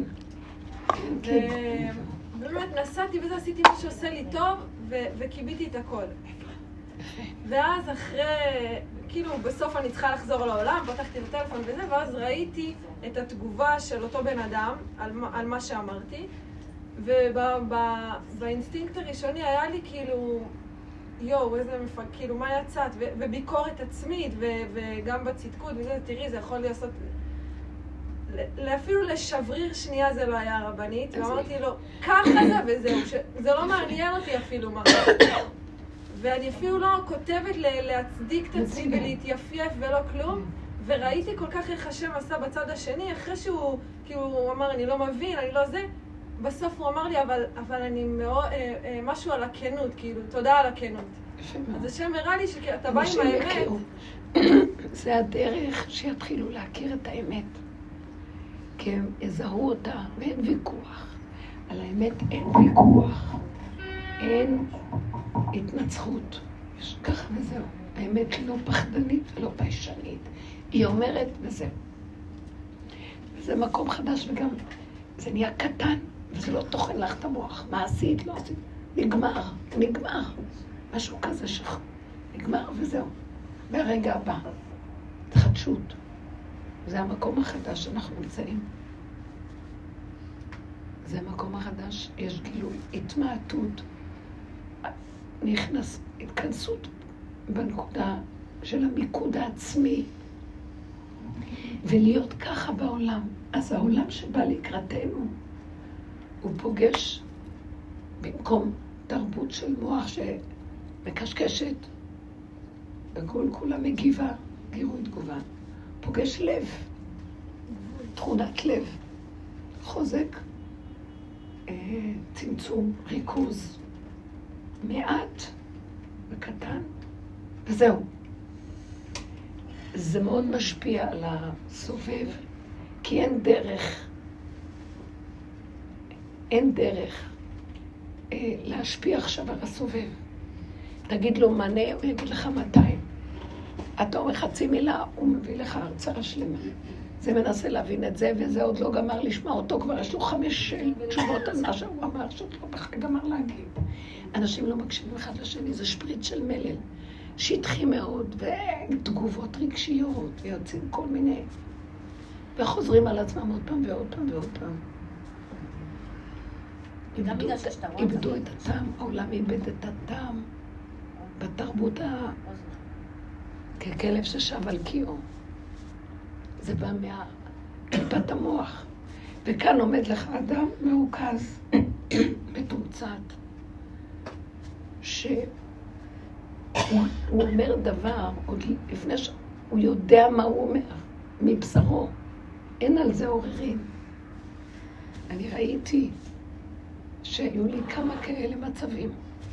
באמת נסעתי וזה, עשיתי מה שעושה לי טוב, וקיביתי את הכל. ואז אחרי, כאילו בסוף אני צריכה לחזור לעולם, פתחתי את הטלפון וזה, ואז ראיתי את התגובה של אותו בן אדם על מה שאמרתי, ובאינסטינקט הראשוני היה לי כאילו, יואו, איזה כאילו, מה יצאת? וביקורת עצמית, וגם בצדקות וזה, תראי, זה יכול לעשות... אפילו לשבריר שנייה זה לא היה רבנית, ואמרתי לו, ככה זה וזהו, זה לא מעניין אותי אפילו מה. ואני אפילו לא כותבת להצדיק את עצמי ולהתייפייף ולא כלום. וראיתי כל כך איך השם עשה בצד השני, אחרי שהוא, כאילו, הוא אמר, אני לא מבין, אני לא זה. בסוף הוא אמר לי, אבל אני מאוד, משהו על הכנות, כאילו, תודה על הכנות. אז השם הראה לי שאתה בא עם האמת. זה הדרך שיתחילו להכיר את האמת. כי הם יזהו אותה, ואין ויכוח. על האמת אין ויכוח. אין התנצחות. יש ככה וזהו. האמת לא פחדנית ולא פיישנית. היא אומרת וזהו. וזה מקום חדש וגם זה נהיה קטן, וזה לא תוכן לך את המוח. מה עשית? לא עשית. נגמר. משהו כזה נגמר וזהו. והרגע הבא. התחדשות. זה המקום החדש שאנחנו נמצאים. זה המקום החדש, יש גילוי, התמעטות, נכנס התכנסות בנקודה של המיקוד העצמי, ולהיות ככה בעולם. אז העולם שבא לקראתנו, הוא פוגש במקום תרבות של מוח שמקשקשת, וכולה מגיבה, גירוי תגובה. פוגש לב, תכונת לב, חוזק, צמצום, ריכוז, מעט וקטן, וזהו. זה מאוד משפיע על הסובב, כי אין דרך להשפיע עכשיו על הסובב. תגיד לו מנה, הוא יגיד לך 200. אתה אומר חצי מילה, הוא מביא לך הרצאה שלמה. זה מנסה להבין את זה, וזה עוד לא גמר לשמוע אותו, כבר יש לו 5 תשובות על מה שהוא אמר, שעוד לא בכלל גמר להגיד. אנשים לא מקשיבים אחד לשני, זה שפריץ של מלל, שטחי מאוד, ותגובות רגשיות, ויוצאים כל מיני, וחוזרים על עצמם עוד פעם ועוד פעם ועוד פעם. איבדו את הטעם, העולם איבד את הטעם, בתרבות ככלב ששב על קיאו. זה בא מקליפת המוח. וכאן עומד לך אדם מרוכז, מתומצת, שהוא אומר דבר, עוד לפני שהוא יודע מה הוא אומר, מבשרו. אין על זה עוררין. אני ראיתי שהיו לי כמה כאלה מצבים,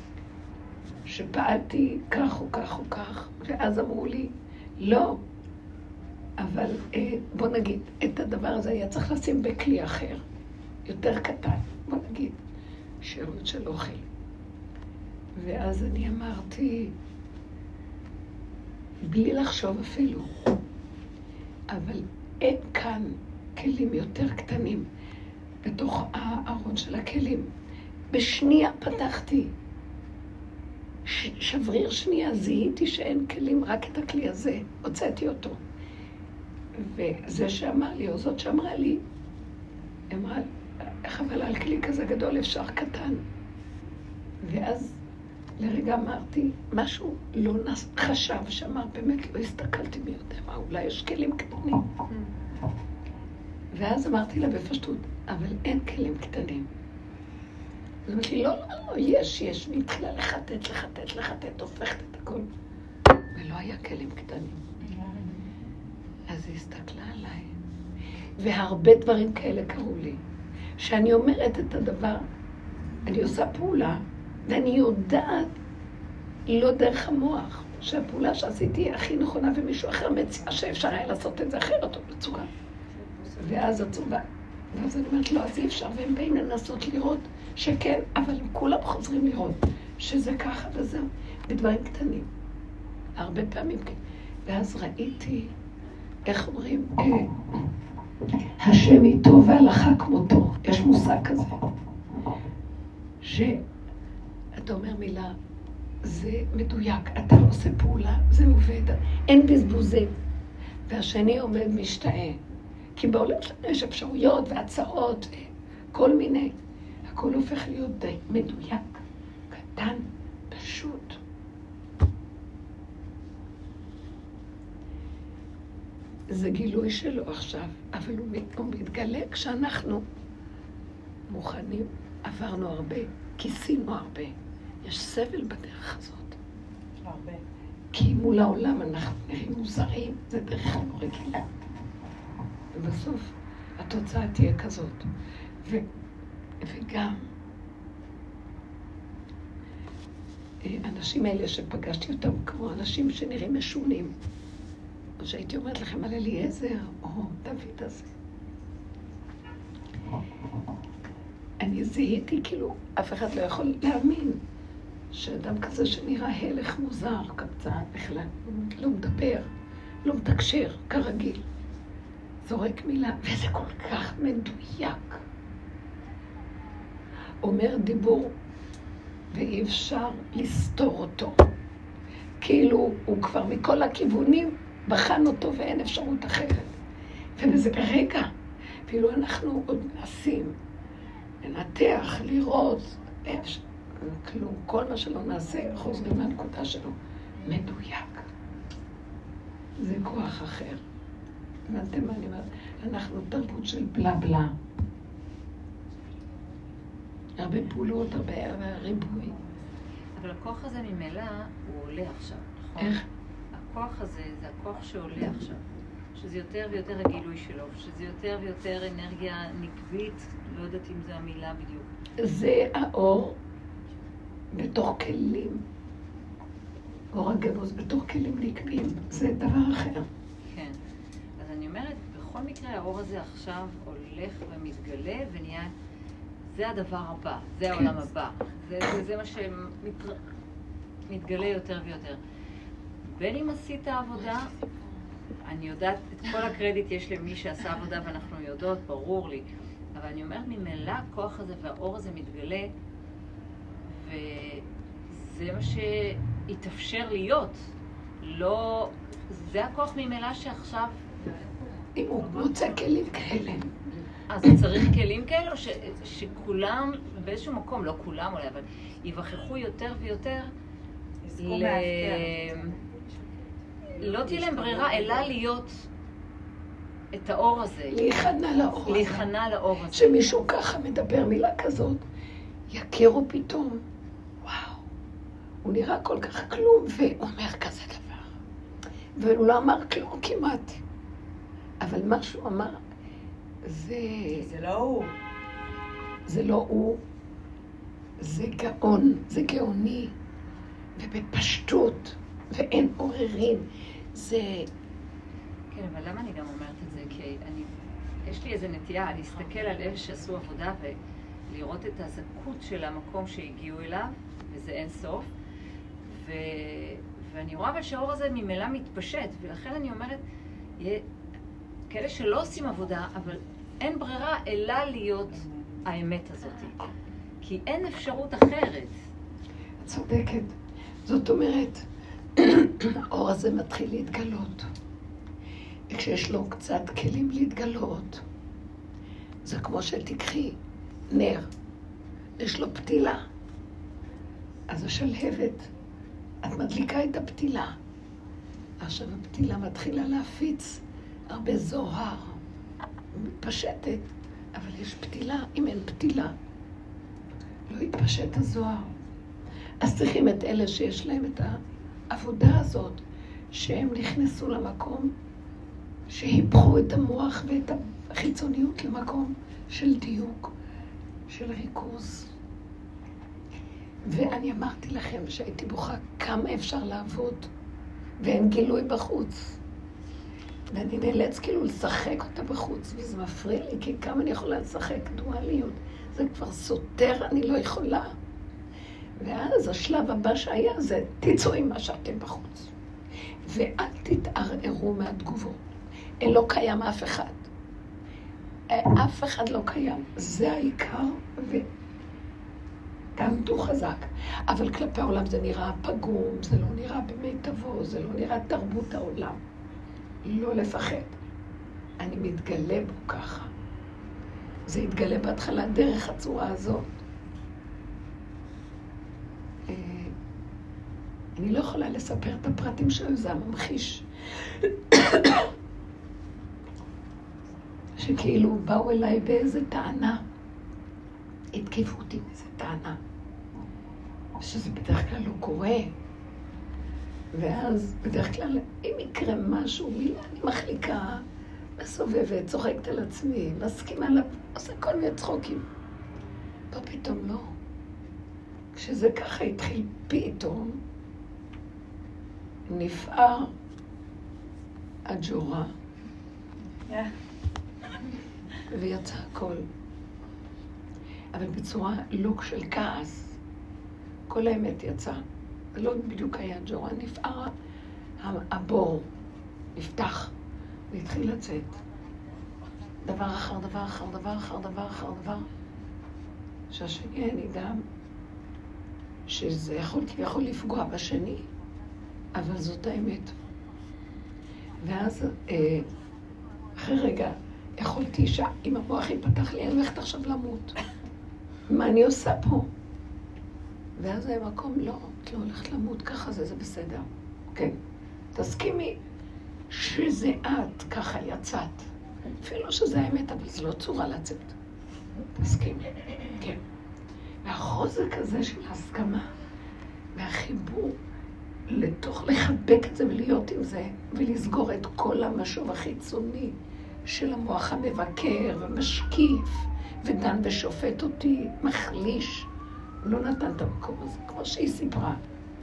שפעלתי כך או כך או כך, ואז אמרו לי, לא, אבל בוא נגיד, את הדבר הזה היה צריך לשים בכלי אחר, יותר קטן, בוא נגיד, שירות של אוכל. ואז אני אמרתי, בלי לחשוב אפילו, אבל אין כאן כלים יותר קטנים בתוך הארון של הכלים. בשנייה פתחתי, שבריר שנייה, זיהיתי שאין כלים, רק את הכלי הזה, הוצאתי אותו. וזה שאמר לי, או זאת שאמרה לי, אמרה, איך אבל על כלי כזה גדול אפשר קטן. ואז לרגע אמרתי, משהו לא חשב, שאמר, באמת לא הסתכלתי מי יודע מה, אולי יש כלים קטנים. ואז אמרתי לה בפשטות, אבל אין כלים קטנים. אז אמרתי לי, לא, יש, והתחילה לחטט, הופכת את הכל. ולא היה כלים קטנים. אז היא הסתכלה עליי. והרבה דברים כאלה קרו לי. שאני אומרת את הדבר, אני עושה פעולה, ואני יודעת, לא דרך המוח, שהפעולה שעשיתי היא הכי נכונה, ומישהו אחר מציע שאפשר היה לעשות את זה אחרת או בצורה. ואז עצובה. ואז אני אומרת, לא, אז אי אפשר, והם באים לנסות לראות שכן, אבל הם כולם חוזרים לראות שזה ככה וזהו, בדברים קטנים. הרבה פעמים כן. ואז ראיתי, איך אומרים, השם איתו והלכה כמותו. יש מושג כזה. שאתה אומר מילה, זה מדויק, אתה לא עושה פעולה, זה עובד, אין בזבוזים. והשני עומד משתאה. כי בעולם שלנו יש אפשרויות והצעות, כל מיני. הכל הופך להיות די מדויק, קטן, פשוט. זה גילוי שלו עכשיו, אבל הוא מתגלה כשאנחנו מוכנים, עברנו הרבה, כיסינו הרבה. יש סבל בדרך הזאת. הרבה. כי מול העולם אנחנו נראים מוזרים, זה דרך לא רגילה. ובסוף התוצאה תהיה כזאת. וגם האנשים האלה שפגשתי אותם כמו אנשים שנראים משונים, או שהייתי אומרת לכם על אליעזר או דוד הזה. אני זיהיתי כאילו, אף אחד לא יכול להאמין שאדם כזה שנראה הלך מוזר, קבצן בכלל, לא מדבר, לא מתקשר, כרגיל. זורק מילה, וזה כל כך מדויק. אומר דיבור, ואי אפשר לסתור אותו. כאילו הוא כבר מכל הכיוונים בחן אותו ואין אפשרות אחרת. ובזה ברגע, אפילו אנחנו עוד מנסים לנתח, לראות, כלום, כל מה שלא נעשה, חוזרים לנקודה שלו, מדויק. זה כוח אחר. הבנתם מה אני אומרת? אנחנו תרבות של בלה בלה. הרבה פעולות, הרבה ריבוי. אבל הכוח הזה ממילא הוא עולה עכשיו, נכון? איך? הכוח הזה זה הכוח שעולה עכשיו. שזה יותר ויותר הגילוי שלו, שזה יותר ויותר אנרגיה נקבית, לא יודעת אם זו המילה בדיוק. זה האור בתוך כלים. אור הגנוז בתוך כלים נקביים, זה דבר אחר. כן. אז אני אומרת, בכל מקרה האור הזה עכשיו הולך ומתגלה ונהיה, זה הדבר הבא, זה העולם הבא. זה מה שמתגלה יותר ויותר. בין אם עשית עבודה, אני יודעת, את כל הקרדיט יש למי שעשה עבודה ואנחנו יודעות, ברור לי. אבל אני אומרת, ממילא הכוח הזה והאור הזה מתגלה, וזה מה שהתאפשר להיות. לא, זה הכוח ממילא שעכשיו... אם הוא מוצא כלים כאלה. אז צריך כלים כאלו שכולם, באיזשהו מקום, לא כולם אולי, אבל יווכחו יותר ויותר לא תהיה להם ברירה, אלא להיות את האור הזה. להיכנע לאור הזה. להיכנע לאור הזה. שמישהו ככה מדבר מילה כזאת, יכירו פתאום, וואו, הוא נראה כל כך כלום, והוא אומר כזה דבר. והוא לא אמר כלום כמעט. אבל מה שהוא אמר, זה לא הוא. זה לא הוא, זה גאון, זה גאוני, ובפשטות, ואין עוררין. זה... כן, אבל למה אני גם אומרת את זה? כי יש לי איזו נטייה להסתכל על אלה שעשו עבודה ולראות את הזכות של המקום שהגיעו אליו, וזה אין סוף. ואני רואה אבל שהאור הזה ממילא מתפשט, ולכן אני אומרת, יהיה כאלה שלא עושים עבודה, אבל אין ברירה אלא להיות האמת הזאת. כי אין אפשרות אחרת. את צודקת. זאת אומרת, האור הזה מתחיל להתגלות. וכשיש לו קצת כלים להתגלות, זה כמו שתקחי נר, יש לו פתילה. אז השלהבת, את מדליקה את הפתילה. עכשיו הפתילה מתחילה להפיץ הרבה זוהר. מתפשטת, אבל יש פתילה. אם אין פתילה, לא יתפשט הזוהר. אז צריכים את אלה שיש להם את העבודה הזאת, שהם נכנסו למקום, שהיפכו את המוח ואת החיצוניות למקום של דיוק, של ריכוז. ואני אמרתי לכם שהייתי בוכה כמה אפשר לעבוד, ואין גילוי בחוץ. ואני נאלץ כאילו לשחק אותה בחוץ, וזה מפריע לי, כי כמה אני יכולה לשחק דואליות. זה כבר סותר, אני לא יכולה. ואז השלב הבא שהיה זה, תצאו עם מה שאתם בחוץ. ואל תתערערו מהתגובות. לא קיים אף אחד. אף אחד לא קיים. זה העיקר, תעמדו חזק. אבל כלפי העולם זה נראה פגום, זה לא נראה במיטבו, זה לא נראה תרבות העולם. לא לפחד. אני מתגלה בו ככה. זה יתגלה בהתחלה דרך הצורה הזאת. אני לא יכולה לספר את הפרטים שלו, זה הממחיש. שכאילו באו אליי באיזה טענה, התקיפו אותי באיזה טענה, שזה בדרך כלל לא קורה. ואז בדרך כלל, אם יקרה משהו, מילה אני מחליקה, מסובבת, צוחקת על עצמי, מסכימה לה, עושה כל מיני צחוקים. פה פתאום לא. כשזה ככה התחיל פתאום, נפער הג'ורה, ויצא הכל. אבל בצורה לוק של כעס. כל האמת יצא. זה לא בדיוק היה ג'ורה, נפער הבור, נפתח, והתחיל לצאת. דבר אחר דבר אחר דבר אחר דבר אחר דבר. שהשני אני גם, שזה יכול לפגוע בשני, אבל זאת האמת. ואז אחרי רגע יכולתי שאם המוח ייפתח לי, אני הולכת עכשיו למות. מה אני עושה פה? ואז היה מקום, לא, את לא הולכת למות, ככה זה בסדר. כן, תסכימי שזה את, ככה יצאת. אפילו שזה האמת, אבל זו לא צורה לצאת. תסכימי, כן. והחוזק הזה של ההסכמה והחיבור לתוך לחבק את זה ולהיות עם זה ולסגור את כל המשוב החיצוני של המוח המבקר ומשקיף ודן ושופט אותי, מחליש. הוא לא נתן את המקום הזה, כמו שהיא סיפרה.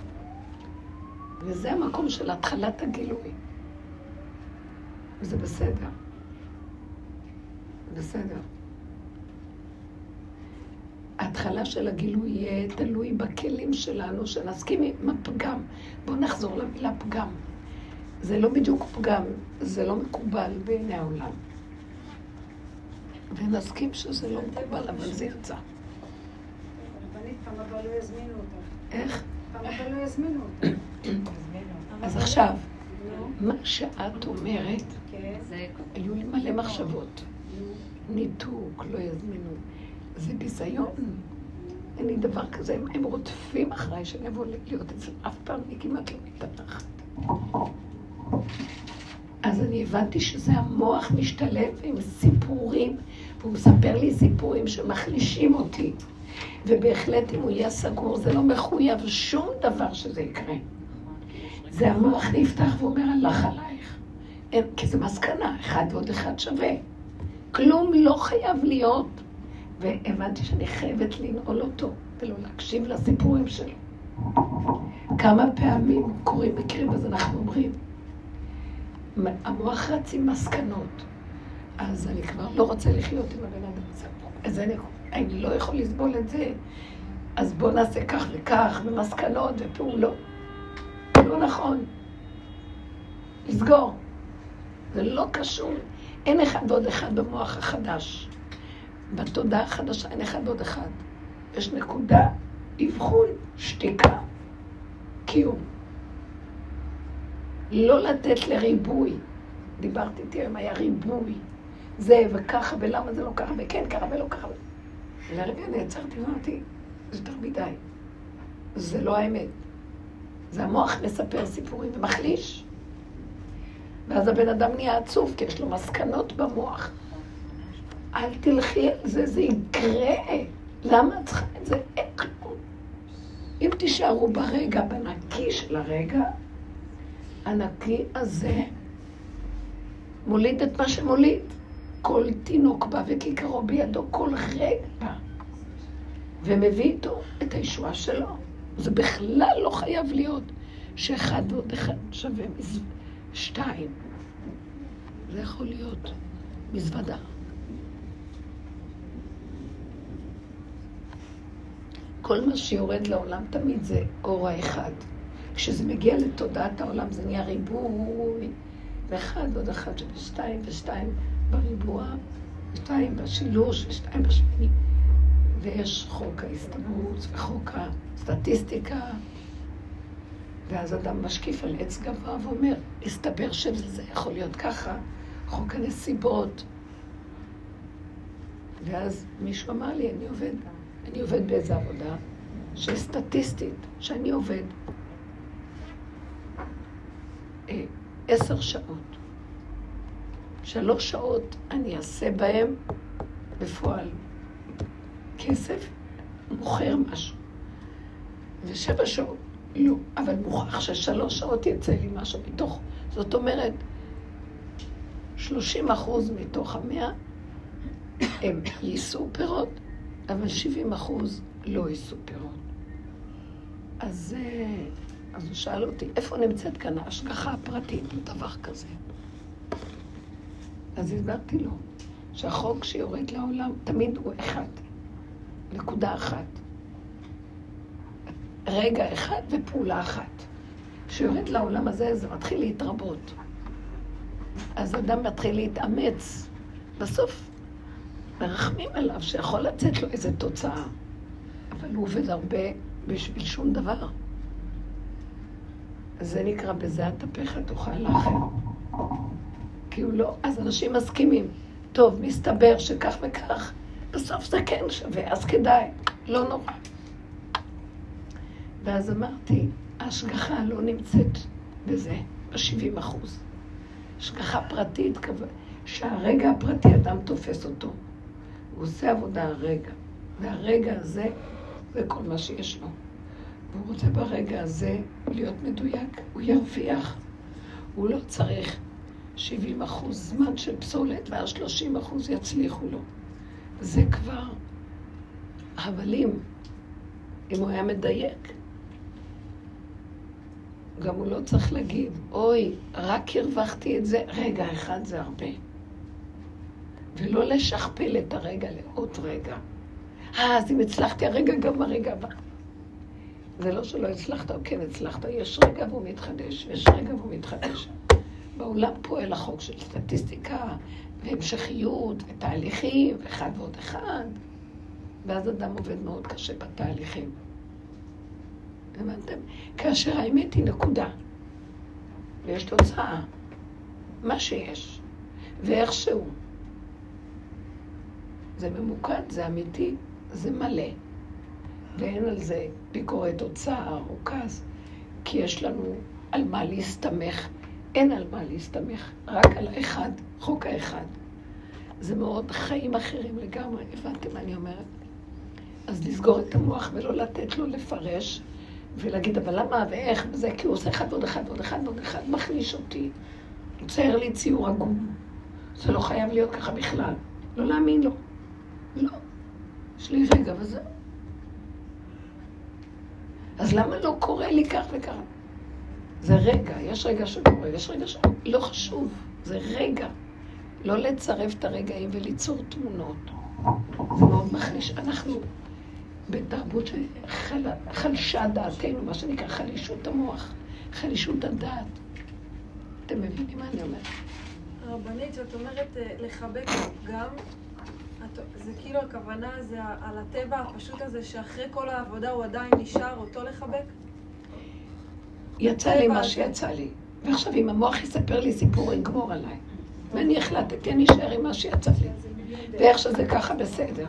וזה המקום של התחלת הגילוי. וזה בסדר. בסדר. ההתחלה של הגילוי יהיה תלוי בכלים שלנו, שנסכים עם הפגם. בואו נחזור למילה פגם. זה לא בדיוק פגם, זה לא מקובל בעיני העולם. ונסכים שזה לא מקובל, אבל זה יצא. רבנית, פעם הבאה לא יזמינו אותך. איך? פעם הבאה לא יזמינו אותך. אז עכשיו, מה שאת אומרת, זה היו לי מלא מחשבות. ניתוק, לא יזמינו. זה ביזיון. אין לי דבר כזה, הם רודפים אחריי שאני אבוא להיות אצל אף פעם, אני כמעט לא מתארחת. אז אני הבנתי שזה המוח משתלב עם סיפורים, והוא מספר לי סיפורים שמחלישים אותי. ובהחלט אם הוא יהיה סגור, זה לא מחויב שום דבר שזה יקרה. זה המוח נפתח ואומר, הלך עלייך. כי זה מסקנה, 1 ועוד 1 שווה. כלום לא חייב להיות. והבנתי שאני חייבת לנעול אותו, ולא להקשיב לסיפורים שלו. כמה פעמים קוראים מקרים, אז אנחנו אומרים, המוח רץ עם מסקנות, אז אני כבר לא רוצה לחיות עם הבן אדם הזה. אז אני לא יכול לסבול את זה, אז בוא נעשה כך וכך, ומסקנות ופעולות. לא נכון. לסגור. זה לא קשור. אין 1 ועוד 1 במוח החדש. בתודעה החדשה אין 1 ועוד 1. יש נקודה, אבחון, שתיקה, קיום. לא לתת לריבוי. דיברתי איתי היום, היה ריבוי. זה וככה, ולמה זה לא ככה, וכן ככה ולא ככה. ולרגע נעצרתי ואמרתי, זה יותר מדי. זה לא האמת. זה המוח מספר סיפורים ומחליש. ואז הבן אדם נהיה עצוב, כי יש לו מסקנות במוח. אל תלכי על זה, זה יקרה. למה את צריכה את זה? אין כלום. אם תישארו ברגע, בנקי של הרגע, הנקי הזה מוליד את מה שמוליד. כל תינוק בא וכיכרו בידו כל רגע. ומביא איתו את הישועה שלו. זה בכלל לא חייב להיות ש1 ועוד 1 שווה 2. זה יכול להיות מזוודה. כל מה שיורד לעולם תמיד זה אור האחד. כשזה מגיע לתודעת העולם זה נהיה ריבוי. ו1 ועוד 1 שווה 2 ו2 בריבוע, 2 בשילוש ו2 בשמיני. ויש חוק ההסתברות וחוק הסטטיסטיקה. ואז אדם משקיף על עץ גבוה ואומר, הסתבר שזה יכול להיות ככה, חוק הנסיבות. ואז מישהו אמר לי, אני עובד באיזו עבודה, שסטטיסטית, שאני עובד 10 שעות. 3 שעות אני אעשה בהם בפועל כסף, מוכר משהו. ו7 שעות לא, אבל מוכרח ש3 שעות יצא לי משהו מתוך. זאת אומרת, 30% מתוך 100 הם יישאו פירות, אבל 70% לא יישאו פירות. אז הוא שאל אותי, איפה נמצאת כאן ההשגחה הפרטית בדבר כזה? אז הסברתי לו שהחוק שיורד לעולם תמיד הוא אחד, נקודה אחת. רגע אחד ופעולה אחת. שיורד לעולם הזה זה מתחיל להתרבות. אז אדם מתחיל להתאמץ. בסוף מרחמים עליו שיכול לצאת לו איזו תוצאה. אבל הוא עובד הרבה בשביל שום דבר. זה נקרא בזה התהפך תאכל לחם. כי הוא לא, אז אנשים מסכימים. טוב, מסתבר שכך וכך, בסוף זה כן שווה, אז כדאי, לא נורא. ואז אמרתי, ההשגחה לא נמצאת בזה, ב70%. השגחה פרטית, שהרגע הפרטי אדם תופס אותו. הוא עושה עבודה הרגע, והרגע הזה, זה כל מה שיש לו. והוא רוצה ברגע הזה להיות מדויק, הוא ירוויח. הוא לא צריך 70% זמן של פסולת, ואז 30% יצליחו לו. זה כבר הבלים, אם הוא היה מדייק. גם הוא לא צריך להגיד, אוי, רק הרווחתי את זה, רגע אחד זה הרבה. ולא לשכפל את הרגע לעוד רגע. אז אם הצלחתי הרגע, גם הרגע הבא. זה לא שלא הצלחת, או כן הצלחת, יש רגע והוא מתחדש, יש רגע והוא מתחדש. בעולם פועל החוק של סטטיסטיקה, והמשכיות, ותהליכים, ואחד ועוד אחד. ואז אדם עובד מאוד קשה בתהליכים. הבנתם? כאשר האמת היא נקודה, ויש תוצאה, מה שיש, ואיכשהו. זה ממוקד, זה אמיתי, זה מלא. ואין על זה ביקורת או צער או כעס, כי יש לנו על מה להסתמך. אין על מה להסתמך, רק על האחד, חוק האחד. זה מאוד חיים אחרים לגמרי, הבנתם מה אני אומרת? אז לסגור את המוח ולא לתת לו לפרש, ולהגיד, אבל למה ואיך וזה, כי הוא עושה אחד ועוד אחד ועוד אחד ועוד אחד, מחליש אותי. הוא צייר לי ציור עגום. זה לא חייב להיות ככה בכלל. לא להאמין לו. לא. יש לי רגע וזה. אז למה לא קורה לי כך וכך? זה רגע, יש רגע שקורה, יש רגע שקורה. לא חשוב, זה רגע. לא לצרף את הרגעים וליצור תמונות. זה מאוד מחליש. אנחנו בתרבות שחלשה דעתנו, מה שנקרא חלישות המוח, חלישות הדעת. אתם מבינים מה אני אומרת? רבנית, זאת אומרת, לחבק גם, זה כאילו הכוונה, זה על הטבע הפשוט הזה, שאחרי כל העבודה הוא עדיין נשאר אותו לחבק? יצא לי מה שיצא לי. ועכשיו אם המוח יספר לי סיפור, יגמור עליי. ואני החלטתי, אני אשאר עם מה שיצא לי. ואיך שזה ככה בסדר.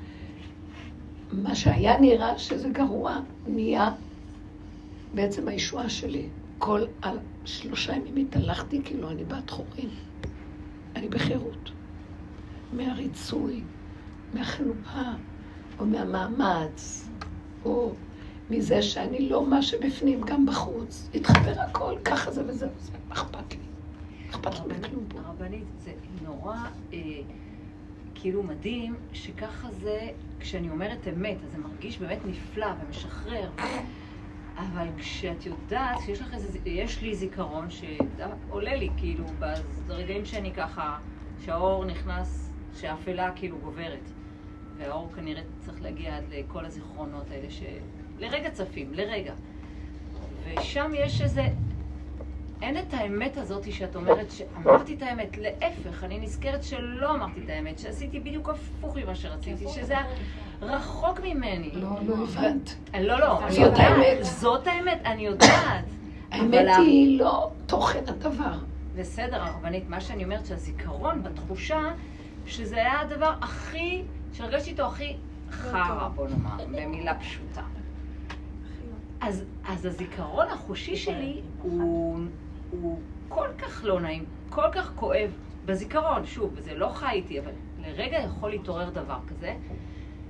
מה שהיה נראה שזה גרוע, נהיה בעצם הישועה שלי. כל 3 ימים התהלכתי כאילו אני בת חורים. אני בחירות. מהריצוי, מהחנופה, או מהמאמץ, או מזה שאני לא מה שבפנים, גם בחוץ. התחבר הכל, ככה זה וזה וזה. אכפת לי. אכפת לי בכלום פה. הרבנית, זה נורא כאילו מדהים שככה זה, כשאני אומרת אמת, אז זה מרגיש באמת נפלא ומשחרר. אבל כשאת יודעת, כשיש לך איזה, יש לי זיכרון שעולה לי כאילו ברגעים שאני ככה, שהאור נכנס, שהאפלה כאילו גוברת. והאור כנראה צריך להגיע עד לכל הזיכרונות האלה לרגע צפים, לרגע. ושם יש איזה, אין את האמת הזאת שאת אומרת שאמרתי את האמת, להפך, אני נזכרת שלא אמרתי את האמת, שעשיתי בדיוק הפוך ממה שרציתי, שזה רחוק ממני. לא הבנת. לא, אני יודעת, זאת האמת, אני יודעת. האמת היא לא תוכן הדבר. בסדר, הרבנית, מה שאני אומרת שהזיכרון בתחושה, שזה היה הדבר הכי, שהרגשתי איתו הכי חרא, בוא נאמר, במילה פשוטה. אז הזיכרון החושי שלי הוא כל כך לא נעים, כל כך כואב. בזיכרון, שוב, וזה לא חי איתי, אבל לרגע יכול להתעורר דבר כזה.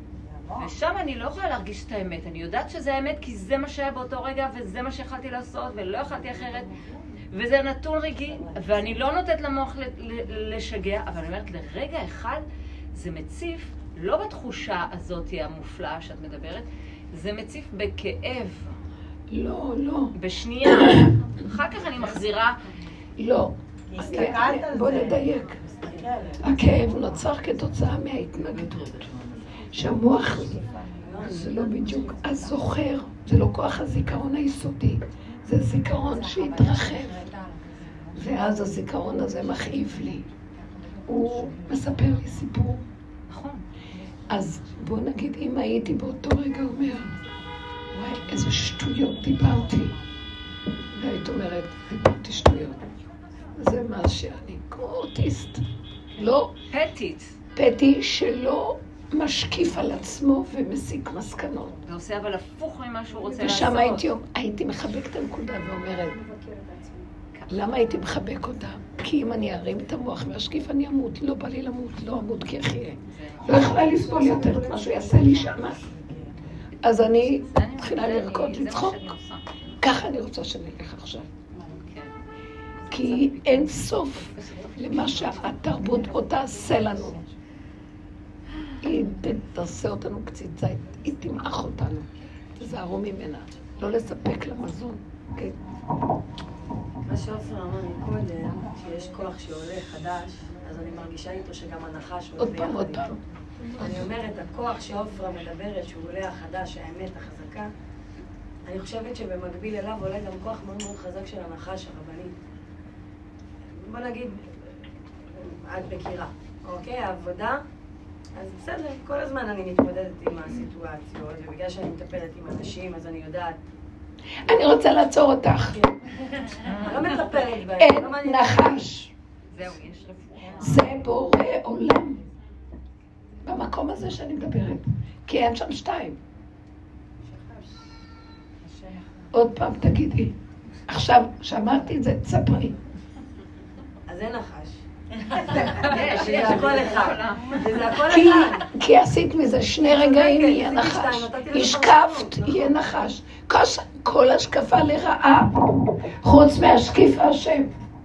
ושם אני לא יכולה להרגיש את האמת. אני יודעת שזה האמת כי זה מה שהיה באותו רגע, וזה מה שיכולתי לעשות, ולא יכולתי אחרת. וזה נתון רגעי, ואני לא נותנת למוח לשגע, אבל אני אומרת, לרגע אחד זה מציף, לא בתחושה הזאת המופלאה שאת מדברת, זה מציף בכאב. לא. בשנייה. אחר כך אני מחזירה. לא. בוא נדייק. הכאב נוצר כתוצאה מההתנגדות. שהמוח זה לא בדיוק הזוכר, זה לא כוח הזיכרון היסודי, זה זיכרון שהתרחב. ואז הזיכרון הזה מכאיב לי. הוא מספר לי סיפור. נכון. אז בוא נגיד, אם הייתי באותו רגע אומר, וואי, איזה שטויות דיברתי. והיית אומרת, דיברתי שטויות. זה מה שאני, כמו אוטיסט. לא פטי שלא משקיף על עצמו ומסיק מסקנות. ועושה אבל הפוך ממה שהוא רוצה לעשות. ושם הייתי מחבק את הנקודה ואומרת, למה הייתי מחבק אותה? כי אם אני ארים את המוח והשקיף אני אמות, לא בא לי למות, לא אמות כי אחיה. לא יכולה לסבול יותר את מה שהוא יעשה לי שמה. אז אני מתחילה לרקוד, לצחוק. ככה אני רוצה שנלך עכשיו. כי אין סוף למה שהתרבות פה תעשה לנו. היא תעשה אותנו קציצה, היא תמעך אותנו. תזהרו ממנה, לא לספק למזון. כן. מה שעופר אמר מקודם, שיש כוח שעולה חדש, אז אני מרגישה איתו שגם הנחש עולה ביחד. עוד פעם. אני אומרת, הכוח שעופרה מדברת, שהוא עולה החדש, האמת החזקה, אני חושבת שבמקביל אליו עולה גם כוח מאוד מאוד חזק של הנחש הרבני. בוא נגיד, את בקירה, אוקיי? העבודה, אז בסדר, כל הזמן אני מתמודדת עם הסיטואציות, ובגלל שאני מטפלת עם אנשים, אז אני יודעת. אני רוצה לעצור אותך. אני לא מטפלת בהם. אין נחש. זהו, יש רפואה. זה בורא עולם. במקום הזה שאני מדברת. כי אין שם שתיים. עוד פעם תגידי. עכשיו, שאמרתי את זה, תספרי. אז אין נחש. זה הכל אחד. זה הכל אחד. כי עשית מזה שני רגעים יהיה נחש. השקפת יהיה נחש. כל השקפה לרעה, חוץ מהשקיף השם.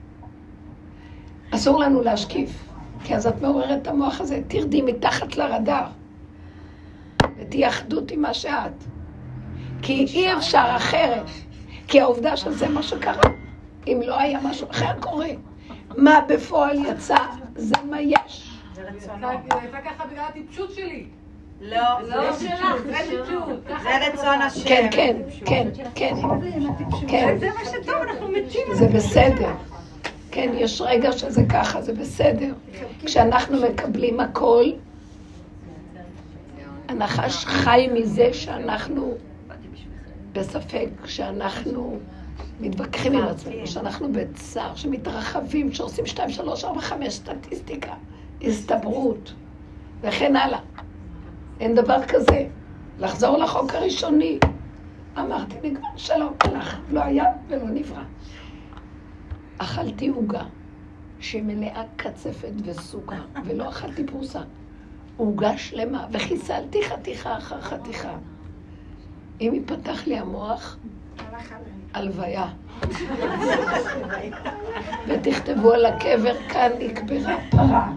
אסור לנו להשקיף, כי אז את מעוררת את המוח הזה, תרדי מתחת לרדאר, ותהיה אחדות עם מה שאת. כי אי אפשר אחרת, כי העובדה של זה מה שקרה. אם לא היה משהו אחר קורה, מה בפועל יצא, זה מה יש. זה רצון. זה הייתה ככה בגלל הטיפשות שלי. לא, זה לא שלך, זה טיפשות. זה רצון השם. כן. זה מה שטוב, אנחנו מתים. זה בסדר. כן, יש רגע שזה ככה, זה בסדר. כשאנחנו מקבלים הכל, הנחש חי מזה שאנחנו בספק, שאנחנו מתווכחים עם עצמנו, שאנחנו בצער, שמתרחבים, שעושים 2, 3, 4, 5 סטטיסטיקה, הסתברות, וכן הלאה. אין דבר כזה. לחזור לחוק הראשוני. אמרתי, נגמר, שלום, הלך, לא היה ולא נברא. אכלתי עוגה שמלאה קצפת וסוכר, ולא אכלתי פרוסה. עוגה שלמה, וחיסלתי חתיכה אחר חתיכה. אם ייפתח לי המוח, הלוויה. ותכתבו על הקבר, כאן נקברה פרה.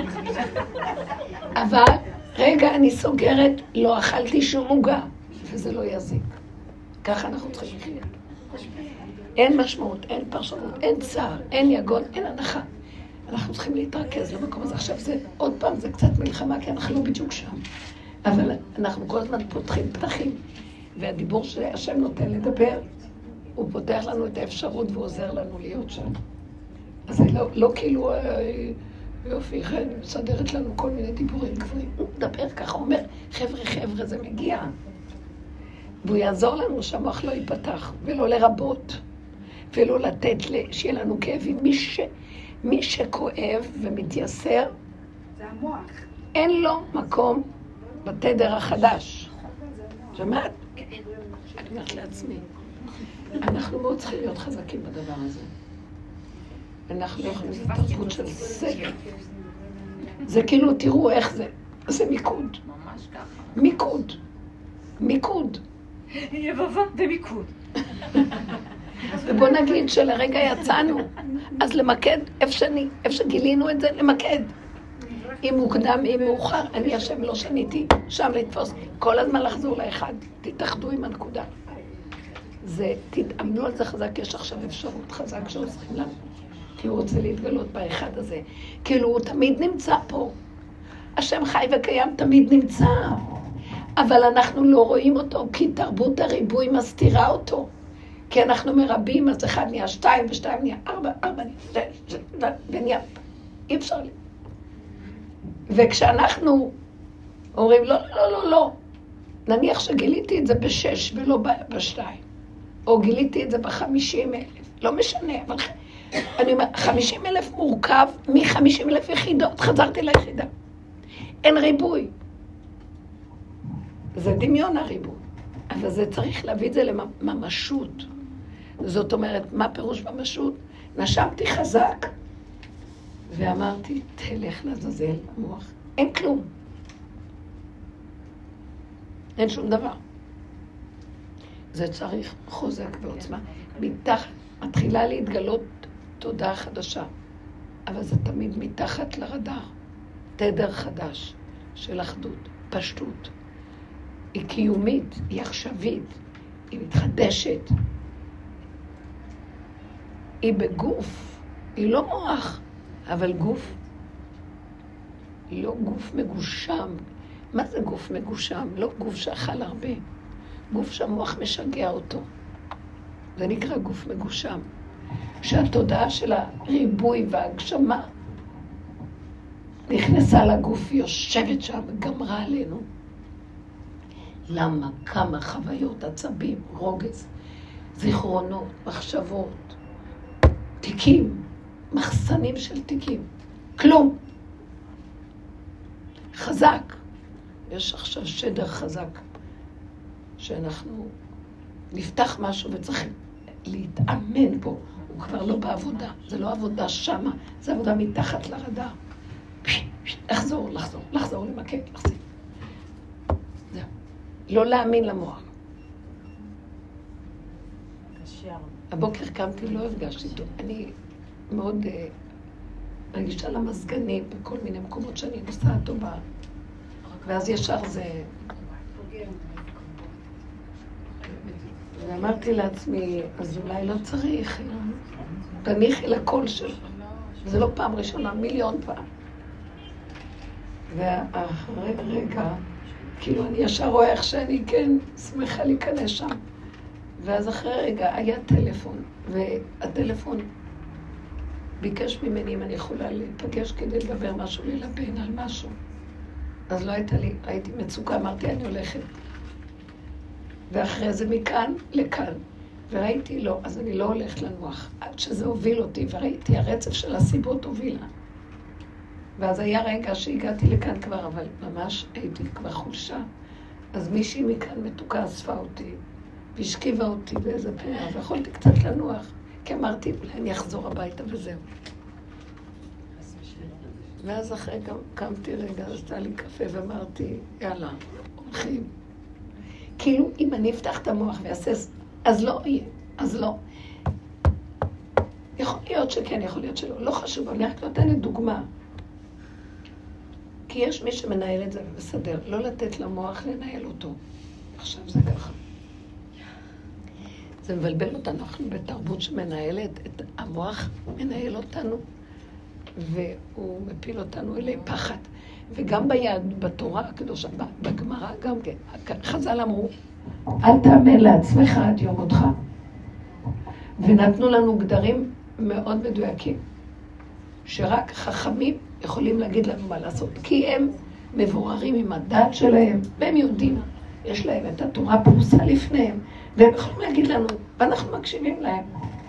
אבל רגע, אני סוגרת, לא אכלתי שום עוגה, וזה לא יזיק. ככה אנחנו צריכים לחיות. אין משמעות, אין פרשנות, אין צער, אין יגון, אין הנחה. אנחנו צריכים להתרכז למקום הזה. עכשיו זה, עוד פעם, זה קצת מלחמה, כי אנחנו לא בדיוק שם. אבל אנחנו כל הזמן פותחים פתחים, והדיבור שהשם נותן לדבר, הוא פותח לנו את האפשרות ועוזר לנו להיות שם. אז זה לא כאילו, יופי, מסדרת לנו כל מיני דיבורים גבוהים. הוא מדבר ככה, הוא אומר, חבר'ה, זה מגיע. והוא יעזור לנו שהמוח לא ייפתח, ולא לרבות, ולא לתת שיהיה לנו כאבים. מי שכואב ומתייסר, זה המוח. אין לו מקום בתדר החדש. שמעת? אני אומרת לעצמי, אנחנו מאוד צריכים להיות חזקים בדבר הזה. אנחנו לא יכולים לתרבות של סגל. זה כאילו, תראו איך זה. זה מיקוד. ממש ככה. מיקוד. מיקוד. יבבה במיקוד. ובוא נגיד שלרגע יצאנו, אז למקד, איפה שגילינו את זה, למקד. אם מוקדם, אם מאוחר, אני השם לא שניתי, שם לתפוס. כל הזמן לחזור לאחד, תתאחדו עם הנקודה. זה, תתאמנו על זה חזק, יש עכשיו אפשרות חזק שעוזרים לנו. כי הוא רוצה להתגלות באחד הזה. כאילו הוא תמיד נמצא פה. השם חי וקיים תמיד נמצא. אבל אנחנו לא רואים אותו, כי תרבות הריבוי מסתירה אותו. כי אנחנו מרבים, אז 1 נהיה 2 ו2 נהיה 4, 4 נהיה 6, ונהיה... אי אפשר לי. וכשאנחנו אומרים, לא, לא, לא, לא, נניח שגיליתי את זה ב6 ולא ב2, או גיליתי את זה ב50,000, לא משנה, אבל אני אומר, 50,000 מורכב מ50,000 יחידות, חזרתי ליחידה. אין ריבוי. זה דמיון הריבוי. אבל זה צריך להביא את זה לממשות. זאת אומרת, מה פירוש ממשות? נשמתי חזק, ואמרתי, תלך לעזאזל המוח. אין כלום. אין שום דבר. זה צריך חוזק ועוצמה. מתחת, מתחילה להתגלות תודעה חדשה, אבל זה תמיד מתחת לרדאר. תדר חדש של אחדות, פשטות. היא קיומית, היא עכשווית, היא מתחדשת. היא בגוף, היא לא מוח, אבל גוף. לא גוף מגושם. מה זה גוף מגושם? לא גוף שאכל הרבה. גוף שהמוח משגע אותו. זה נקרא גוף מגושם. שהתודעה של הריבוי וההגשמה נכנסה לגוף, יושבת שם, גמרה עלינו. למה? כמה חוויות, עצבים, רוגז, זיכרונות, מחשבות, תיקים, מחסנים של תיקים. כלום. חזק. יש עכשיו שדר חזק, שאנחנו נפתח משהו וצריך להתאמן בו. הוא כבר לא בעבודה. זה לא עבודה שמה, זה עבודה מתחת לרדאר. לחזור, לחזור, לחזור, למקד, לחזור. זהו. לא להאמין למוח. הבוקר קמתי, לא הרגשתי טוב. אני מאוד מרגישה למזגנים בכל מיני מקומות שאני נוסעת טובה. ואז ישר זה... ואמרתי לעצמי, אז אולי לא צריך, תניחי לקול שלו. זה לא פעם ראשונה, 1,000,000 פעם. ואחרי רגע, כאילו אני ישר רואה איך שאני כן שמחה להיכנס שם. ואז אחרי רגע היה טלפון, והטלפון ביקש ממני אם אני יכולה להיפגש כדי לדבר משהו, ללבן על משהו. אז לא הייתה לי, הייתי מצוקה, אמרתי אני הולכת. ואחרי זה מכאן לכאן. וראיתי לא, אז אני לא הולכת לנוח. עד שזה הוביל אותי, וראיתי הרצף של הסיבות הובילה. ואז היה רגע שהגעתי לכאן כבר, אבל ממש הייתי כבר חולשה. אז מישהי מכאן מתוקה אספה אותי, והשכיבה אותי באיזה פינה, ויכולתי קצת לנוח. כי אמרתי, אולי אני אחזור הביתה וזהו. ואז אחרי גם קמתי רגע, עשתה לי קפה ואמרתי, יאללה, הולכים. כאילו, אם אני אפתח את המוח ויעשה, אז לא יהיה, אז לא. יכול להיות שכן, יכול להיות שלא, לא חשוב, אני רק נותנת דוגמה. כי יש מי שמנהל את זה ומסדר, לא לתת למוח לנהל אותו. עכשיו זה ככה. זה מבלבל אותנו, אנחנו בתרבות שמנהלת, את המוח מנהל אותנו, והוא מפיל אותנו אלי פחד. וגם ביד, בתורה הקדושה, בגמרא גם כן, חז"ל אמרו, אל תאמן לעצמך עד יום מותך. ונתנו לנו גדרים מאוד מדויקים, שרק חכמים יכולים להגיד לנו מה לעשות, כי הם מבוררים עם הדעת שלהם, והם יודעים, יש להם את התורה פרוסה לפניהם, והם יכולים להגיד לנו, ואנחנו מקשיבים להם.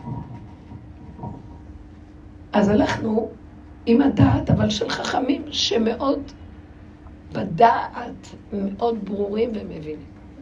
אז הלכנו עם הדעת, אבל של חכמים שמאוד בדעת, מאוד ברורים ומבינים.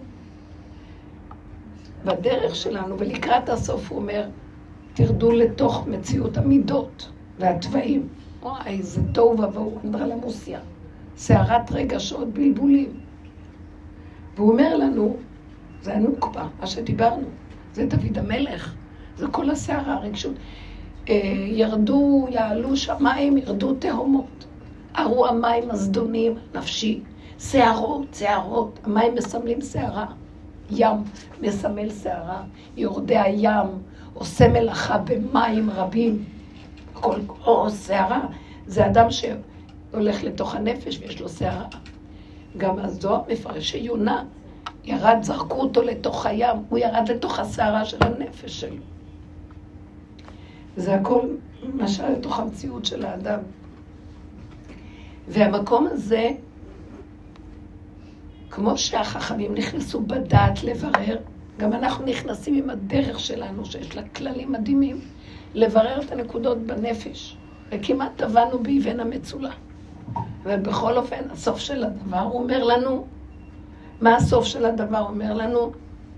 בדרך שלנו, ולקראת הסוף הוא אומר, תרדו לתוך מציאות המידות והטבעים. וואי, זה טוב ובואו, אנדרלמוסיה. סערת רגשות, בלבולים. והוא אומר לנו, זה הנוקבה, מה שדיברנו, זה דוד המלך, זה כל הסערה, הרגשות. ירדו, יעלו שמיים, ירדו תהומות. ערו המים הזדונים, נפשי. שערות, שערות, המים מסמלים שערה. ים מסמל שערה. יורדי הים, עושה מלאכה במים רבים. הכל, או שערה. זה אדם שהולך לתוך הנפש ויש לו שערה. גם הזוהר מפרש שיונה ירד, זרקו אותו לתוך הים, הוא ירד לתוך השערה של הנפש שלו. זה הכל משל לתוך המציאות של האדם. והמקום הזה, כמו שהחכמים נכנסו בדעת לברר, גם אנחנו נכנסים עם הדרך שלנו, שיש לה כללים מדהימים, לברר את הנקודות בנפש. וכמעט טבענו באבן המצולה. ובכל אופן, הסוף של הדבר הוא אומר לנו, מה הסוף של הדבר אומר לנו?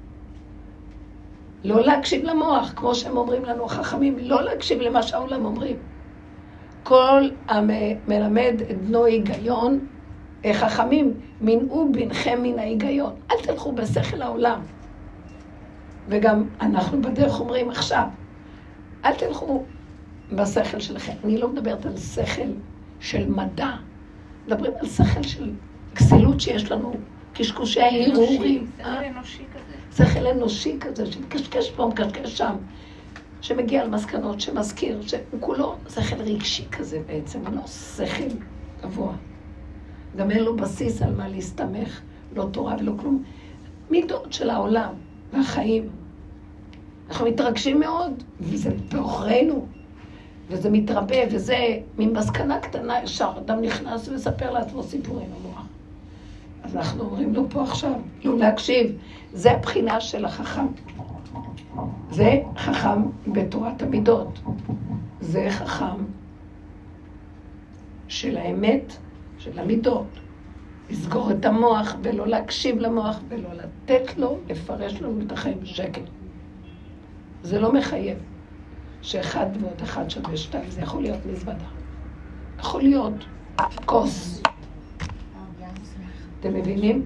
לא להקשיב למוח, כמו שהם אומרים לנו החכמים, לא להקשיב למה שהעולם אומרים. כל המלמד את בנו היגיון, חכמים, מנעו בינכם מן ההיגיון. אל תלכו בשכל העולם. וגם אנחנו בדרך אומרים עכשיו, אל תלכו בשכל שלכם. אני לא מדברת על שכל של מדע, מדברים על שכל של כסילות שיש לנו, קשקושי ההרהורים. שכל אנושי כזה. שכל אנושי כזה, שמקשקש פה, מקשקש שם, שמגיע למסקנות, שמזכיר, שהוא כולו שכל רגשי כזה בעצם, לא שכל גבוה. גם אין לו בסיס על מה להסתמך, לא תורה ולא כלום. מידות של העולם והחיים. אנחנו מתרגשים מאוד, וזה באוכרינו, וזה מתרבה, וזה ממסקנה קטנה ישר, אדם נכנס ומספר לעצמו סיפורים במוח. אז אנחנו אומרים לו פה עכשיו, לא להקשיב. זה הבחינה של החכם. זה חכם בתורת המידות. זה חכם של האמת, של המידות. לסגור את המוח ולא להקשיב למוח ולא לתת לו לפרש לנו את החיים בשקט. זה לא מחייב שאחד ועוד אחד שווה שתיים, זה יכול להיות מזוודה. יכול להיות כוס. אתם מבינים?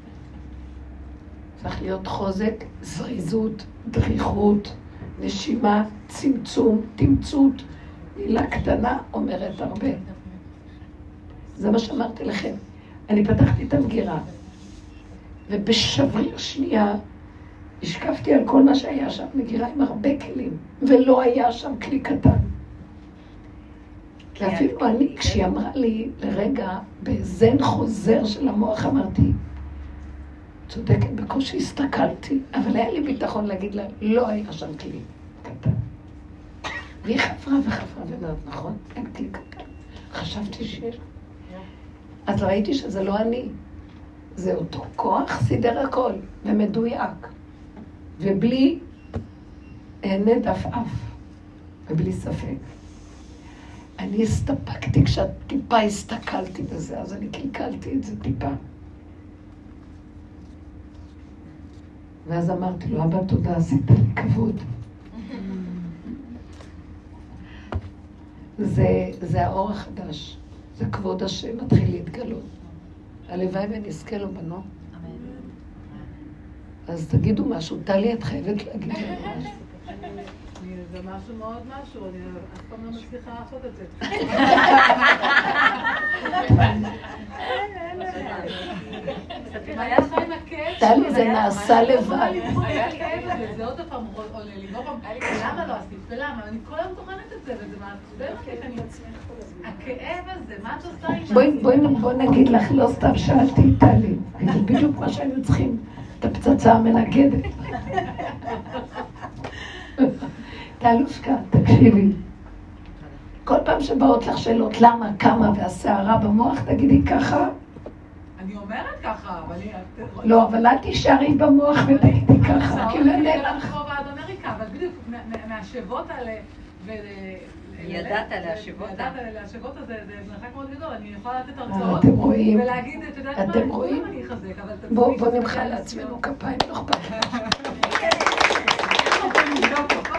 צריך להיות חוזק, זריזות, דריכות, נשימה, צמצום, תמצות. מילה קטנה אומרת הרבה. זה מה שאמרתי לכם. אני פתחתי את המגירה, ובשבריר שנייה השקפתי על כל מה שהיה שם, מגירה עם הרבה כלים, ולא היה שם כלי קטן. ואפילו אני, כשהיא אמרה לי לרגע, בזן חוזר של המוח, אמרתי, צודקת, בקושי הסתכלתי, אבל היה לי ביטחון להגיד לה, לא היה שם כלי קטן. והיא חפרה וחפרה ואומרת, נכון, אין כלי קטן. חשבתי שיש. אז ראיתי שזה לא אני, זה אותו כוח סידר הכל, ומדויק, ובלי עיני דף-אף, ובלי ספק. אני הסתפקתי כשטיפה הסתכלתי בזה, אז אני קלקלתי את זה טיפה. ואז אמרתי לו, אבא, תודה, עשית לי כבוד. זה האור החדש. זה כבוד השם מתחיל להתגלות. הלוואי ונזכה לו בנו. אז תגידו משהו, טלי, את חייבת להגיד לנו משהו. זה משהו מאוד משהו, אני אף פעם לא מצליחה לעשות את זה. היה לך עם הכאב? טלי, זה נעשה לבד. היה כאב הזה, זה עוד פעם עולה לי. למה לא עשית? ולמה? אני כל היום טוחנת את זה, וזה מעצבן אותי, אני מצליח כל הזמן. הכאב הזה, מה את עושה עם זה? בואי נגיד לך, לא סתם שאלתי את טלי. זה בדיוק מה שהיינו צריכים, את הפצצה המנגדת. תלושקה, תקשיבי. כל פעם שבאות לך שאלות, למה, כמה, והסערה במוח, תגידי ככה. אני אומרת ככה, אבל... לא, אבל את תישארי במוח ותגידי ככה, כי הוא יענה לך. פה בעד אמריקה, אבל בדיוק מהשבות האלה... ידעת להשוות? ידעת להשוות הזה, זה מרחק מאוד גדול, אני יכולה לתת הרצאות. אתם רואים? ולהגיד, את יודעת מה, אתם רואים? בואו נמחא לעצמנו כפיים, לא אכפת.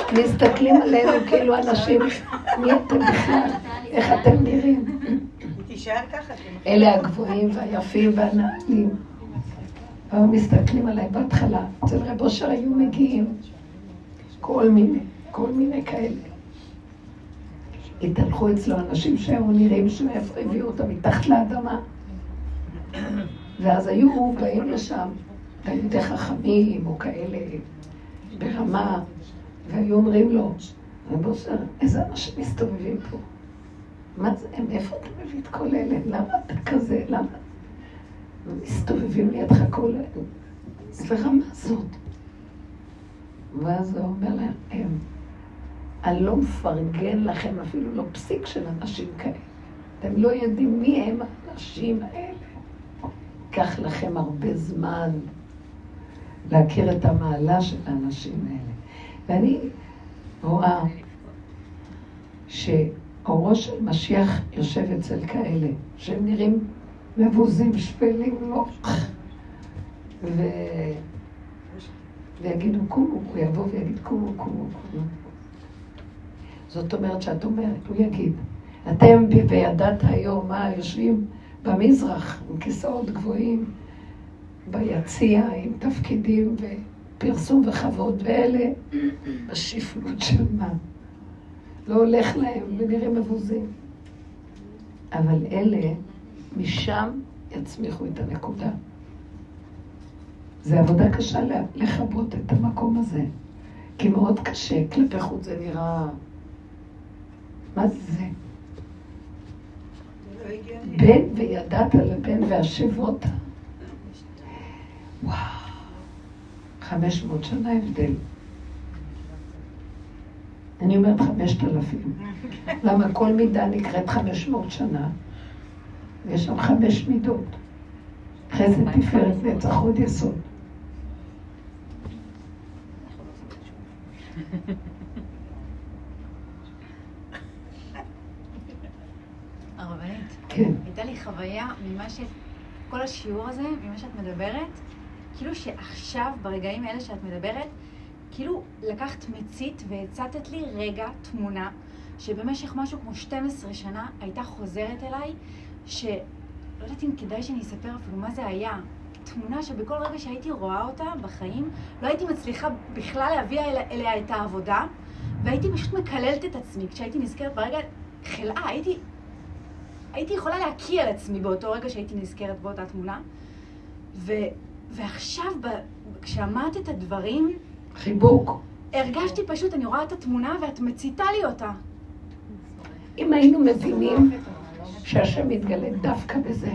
מסתכלים עלינו כאילו אנשים, מי אתם בכלל? איך אתם נראים? תישאר ככה. אלה הגבוהים והיפים והנעלים. היו מסתכלים עליי בהתחלה. אצל רב אושר היו מגיעים כל מיני כאלה. התהלכו אצלו אנשים שהיו נראים שמאיפה הביאו אותם מתחת לאדמה. ואז היו באים לשם תלמידי חכמים או כאלה ברמה, והיו אומרים לו, רב אושר, איזה אנשים מסתובבים פה? מה זה, איפה אתה מביא את כל אלה? למה אתה כזה? למה? מסתובבים לידך כל אלה. ורמה זאת. ואז הוא אומר להם, אני לא מפרגן לכם אפילו לא פסיק של אנשים כאלה. אתם לא יודעים מי הם האנשים האלה. קח לכם הרבה זמן להכיר את המעלה של האנשים האלה. ואני רואה שאורו של משיח יושב אצל כאלה, שהם נראים מבוזים, שפלים, לא. ויגידו קומו, הוא יבוא ויגיד קומו. זאת אומרת שאת אומרת, הוא יגיד, אתם בידעת היום, מה, יושבים במזרח עם כיסאות גבוהים, ביציע עם תפקידים ופרסום וכבוד, ואלה בשפלות של מה. לא הולך להם ונראים מבוזים. אבל אלה משם יצמיחו את הנקודה. זה עבודה קשה לחבות את המקום הזה. כי מאוד קשה, כלפי חוץ זה נראה... מה זה? בן וידעת לבן והשבות. וואו, 500 שנה הבדל. אני אומרת 5,000. למה כל מידה נקראת 500 שנה? ויש שם 5 מידות. חסד, תפארת, נצח, הוד, יסוד. הרבנית, כן. הייתה לי חוויה כל השיעור הזה, ממה שאת מדברת, כאילו שעכשיו, ברגעים האלה שאת מדברת, כאילו לקחת מצית והצטת לי רגע תמונה, שבמשך משהו כמו 12 שנה הייתה חוזרת אליי, שלא יודעת אם כדאי שאני אספר אפילו מה זה היה. תמונה שבכל רגע שהייתי רואה אותה בחיים, לא הייתי מצליחה בכלל להביא אליה את העבודה, והייתי פשוט מקללת את עצמי. כשהייתי נזכרת ברגע חלאה, הייתי יכולה להקיא על עצמי באותו רגע שהייתי נזכרת באותה תמונה. ועכשיו, כשאמרת את הדברים... חיבוק. הרגשתי פשוט, אני רואה את התמונה ואת מציתה לי אותה. אם היינו מבינים שהשם מתגלה דווקא בזה,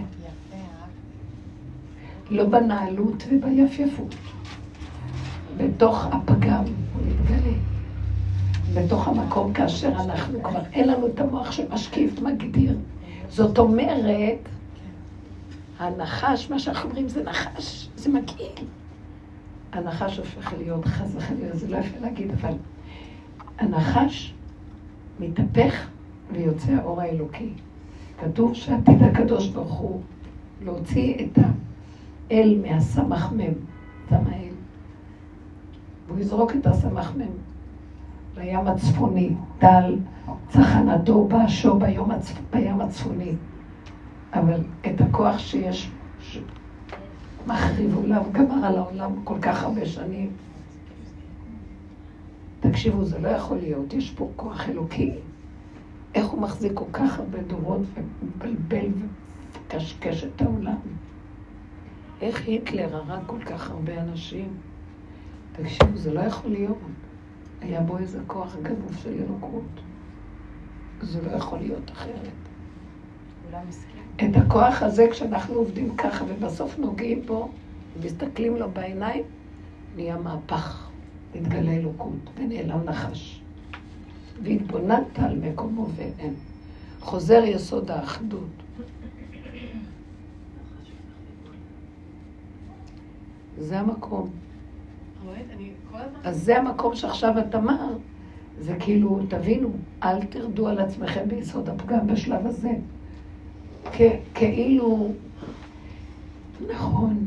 לא בנעלות וביפייפות, בתוך הפגם הוא מתגלה, בתוך המקום כאשר אנחנו כבר אין לנו את המוח שמשקיף, מגדיר. זאת אומרת, הנחש, מה שאנחנו אומרים זה נחש, זה מגעיל. הנחש הופך להיות חס וחלילה, זה לא יפה להגיד, אבל הנחש מתהפך ויוצא האור האלוקי. כתוב שעתיד הקדוש ברוך הוא להוציא את האל מהסמך מם, סמאל. והוא יזרוק את הסמך מם לים הצפוני, טל צחנתו באשו בים הצפוני. אבל את הכוח שיש, מחריב עולם, גמר על העולם כל כך הרבה שנים. תקשיבו, זה לא יכול להיות, יש פה כוח אלוקי. איך הוא מחזיק כל כך הרבה דורות ומבלבל וקשקש את העולם? איך היטלר הרג כל כך הרבה אנשים? תקשיבו, זה לא יכול להיות. היה בו איזה כוח גנוב של אלוקות. זה לא יכול להיות אחרת. את הכוח הזה, כשאנחנו עובדים ככה ובסוף נוגעים בו, ומסתכלים לו בעיניים, נהיה מהפך, מתגלה אלוקות, ונעלם נחש. והתבוננת על מקומו ואין. חוזר יסוד האחדות. זה המקום. אז זה המקום שעכשיו את אמר, זה כאילו, תבינו, אל תרדו על עצמכם ביסוד הפגם בשלב הזה. כאילו, נכון,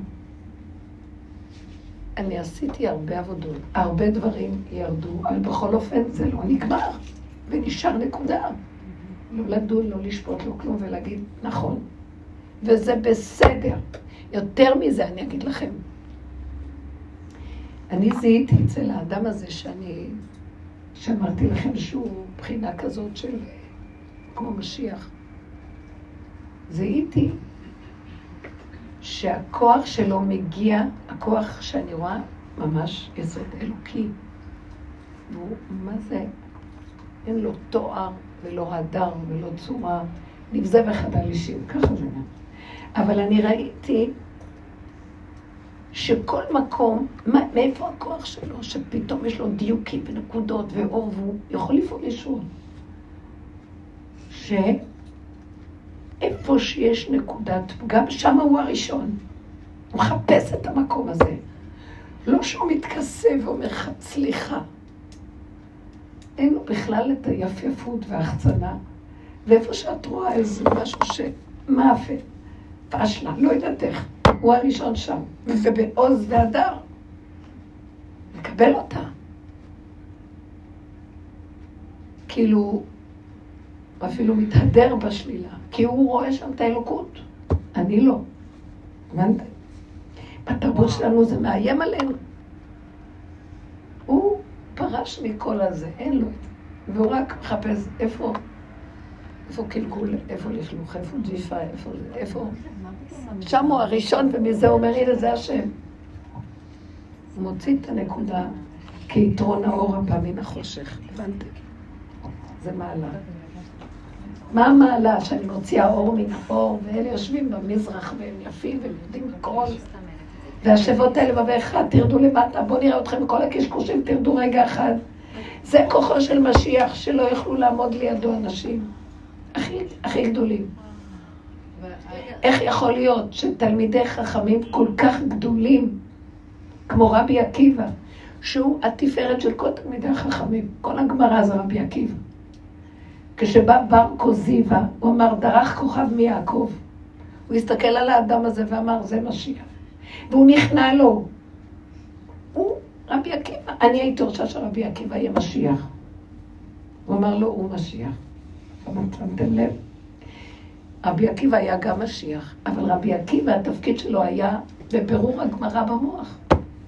אני עשיתי הרבה עבודות, הרבה דברים ירדו, אבל בכל אופן זה לא נגמר, ונשאר נקודה. לא לדון, לא לשפוט, לא כלום, ולהגיד נכון. וזה בסדר. יותר מזה אני אגיד לכם. אני זיהיתי אצל האדם הזה שאמרתי לכם שהוא בחינה כזאת של כמו משיח. זיהיתי שהכוח שלו מגיע, הכוח שאני רואה ממש יסוד אלוקי. והוא, מה זה? אין לו תואר ולא הדר ולא צורה, נבזה וחדל אישים, ככה זה גם. אבל אני ראיתי שכל מקום, מאיפה הכוח שלו, שפתאום יש לו דיוקים ונקודות ואור, והוא יכול לפעול ישרות. שאיפה שיש נקודת, גם שם הוא הראשון. הוא מחפש את המקום הזה. לא שהוא מתכסה ואומר סליחה. אין לו בכלל את היפייפות וההחצנה. ואיפה שאת רואה איזה משהו שמאפה, פשלה, לא יודעת איך. הוא הראשון שם, ובעוז והדר, לקבל אותה. כאילו, אפילו מתהדר בשלילה, כי הוא רואה שם את האלוקות. אני לא. הבנתי? בתרבות שלנו זה מאיים עלינו. הוא פרש מכל הזה, אין לו את זה. והוא רק מחפש איפה קלקול, איפה לכלוך, איפה ג'יפה, איפה... שם הוא הראשון, ומזה הוא אומר, הנה זה השם. הוא מוציא את הנקודה כיתרון האור הבא מן החושך. הבנתי? זה מעלה. מה המעלה? שאני מוציאה אור מן האור, ואלה יושבים במזרח, והם יפים, והם יודעים הכל. והשבות האלה בבאחד, תרדו למטה, בואו נראה אתכם בכל הקשקושים, תרדו רגע אחד. זה כוחו של משיח, שלא יוכלו לעמוד לידו אנשים. הכי גדולים. איך יכול להיות שתלמידי חכמים כל כך גדולים, כמו רבי עקיבא, שהוא התפארת של כל תלמידי החכמים, כל הגמרא זה רבי עקיבא. כשבא בר כוזיבא, הוא אמר, דרך כוכב מיעקב. הוא הסתכל על האדם הזה ואמר, זה משיח. והוא נכנע לו. הוא רבי עקיבא. אני הייתי רוצה שרבי עקיבא יהיה משיח. הוא אמר לו, הוא משיח. שמתם לב? רבי עקיבא היה גם משיח, אבל רבי עקיבא, התפקיד שלו היה בבירור הגמרא במוח.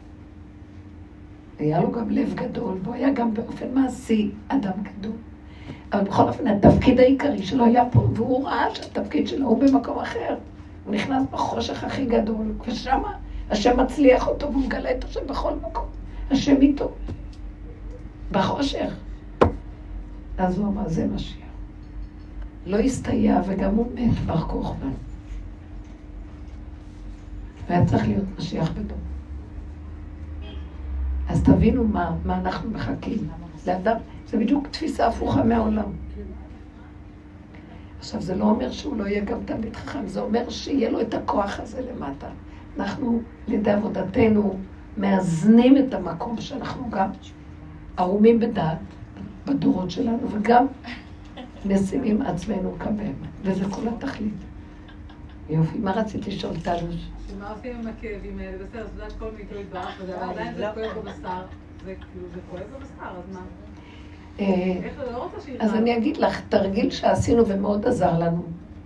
היה לו גם לב גדול, והוא היה גם באופן מעשי אדם גדול. אבל בכל אופן, התפקיד העיקרי שלו היה פה, והוא ראה שהתפקיד שלו הוא במקום אחר. הוא נכנס בחושך הכי גדול, ושם השם מצליח אותו, והוא מגלה את השם בכל מקום. השם איתו. בחושך. אז הוא אמר, זה משיח. לא הסתייע, וגם הוא מת בר כוכבא. והיה צריך להיות משיח בדור. אז תבינו מה אנחנו מחכים. לאדם, זה בדיוק תפיסה הפוכה מהעולם. עכשיו, זה לא אומר שהוא לא יהיה גם תלמיד חכם, זה אומר שיהיה לו את הכוח הזה למטה. אנחנו, לידי עבודתנו, מאזנים את המקום שאנחנו גם ערומים בדעת, בדורות שלנו, וגם משימים עצמנו כבהם, וזה כל התכלית. יופי, מה רציתי לשאול תלוש? מה עושים עם הכאבים האלה? בסדר, זה יודעת כל מיתו התברך, אבל עדיין זה כואב בבשר. זה כואב בבשר, אז מה? אז אני אגיד לך, תרגיל שעשינו ומאוד עזר לנו.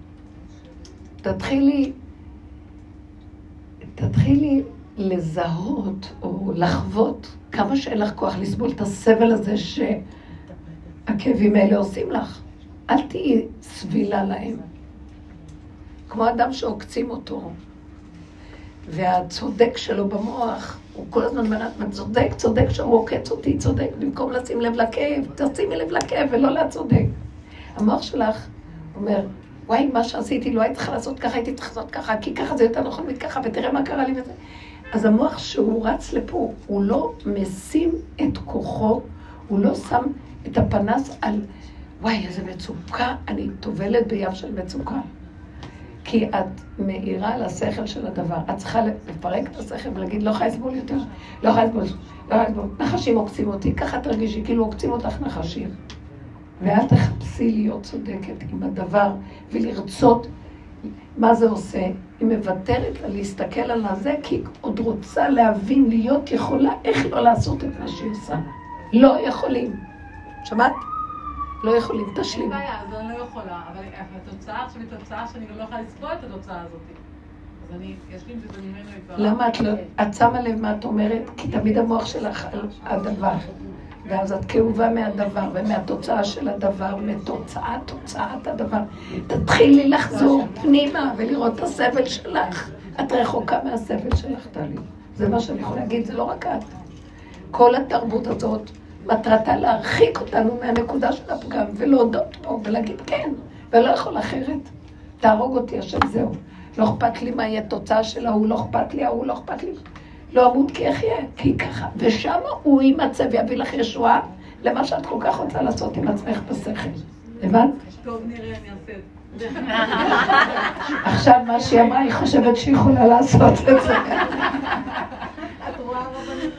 תתחילי לזהות או לחוות כמה שאין לך כוח לסבול את הסבל הזה שהכאבים האלה עושים לך. אל תהיי סבילה להם. כמו אדם שעוקצים אותו, והצודק שלו במוח, הוא כל הזמן צודק שהוא עוקץ אותי, צודק, במקום לשים לב לכאב, תשימי לב לכאב ולא לצודק. המוח שלך אומר, וואי, מה שעשיתי לא הייתי צריכה לעשות ככה, הייתי צריכה לעשות ככה, כי ככה זה יותר נכון מככה, ותראה מה קרה לי וזה. אז המוח שהוא רץ לפה, הוא לא משים את כוחו, הוא לא שם את הפנס על, וואי, איזה מצוקה, אני טובלת בים של מצוקה. כי את מאירה על השכל של הדבר. את צריכה לפרק את השכל ולהגיד, לא יכולה לסבול יותר, לא יכולה לסבול, לא יכולה לסבול. נחשים עוקצים אותי, ככה תרגישי, כאילו עוקצים אותך נחשים. ואת תחפשי להיות צודקת עם הדבר ולרצות מה זה עושה. היא מוותרת לה להסתכל על הזה, כי היא עוד רוצה להבין, להיות יכולה, איך לא לעשות את מה שהיא עושה. לא יכולים. שמעת? לא יכולים תשלים. אין בעיה, אז אני לא יכולה, אבל התוצאה עכשיו היא תוצאה שאני גם לא יכולה לסבול את התוצאה הזאת. אז יש לי את זה ממנו כבר. למה את לא... את שמה לב מה את אומרת? כי תמיד המוח שלך על הדבר. ואז את כאובה מהדבר ומהתוצאה של הדבר, תוצאת הדבר. תתחילי לחזור פנימה ולראות את הסבל שלך. את רחוקה מהסבל שלך, טלי. זה מה שאני יכולה להגיד, זה לא רק את. כל התרבות הזאת מטרתה להרחיק אותנו מהנקודה של הפגם ולהודות פה ולהגיד כן, ולא יכול אחרת. תהרוג אותי השם, זהו. לא אכפת לי מה יהיה תוצאה של ההוא, לא אכפת לי, ההוא לא אכפת לי. לא אמות כי אחיה, כי ככה. ושם הוא יימצא ויביא לך ישועה למה שאת כל כך רוצה לעשות עם עצמך בשכל. הבנת? טוב, נראה, אני אעשה את זה. עכשיו מה שהיא אמרה, היא חושבת שהיא יכולה לעשות את זה. את רואה רבנית?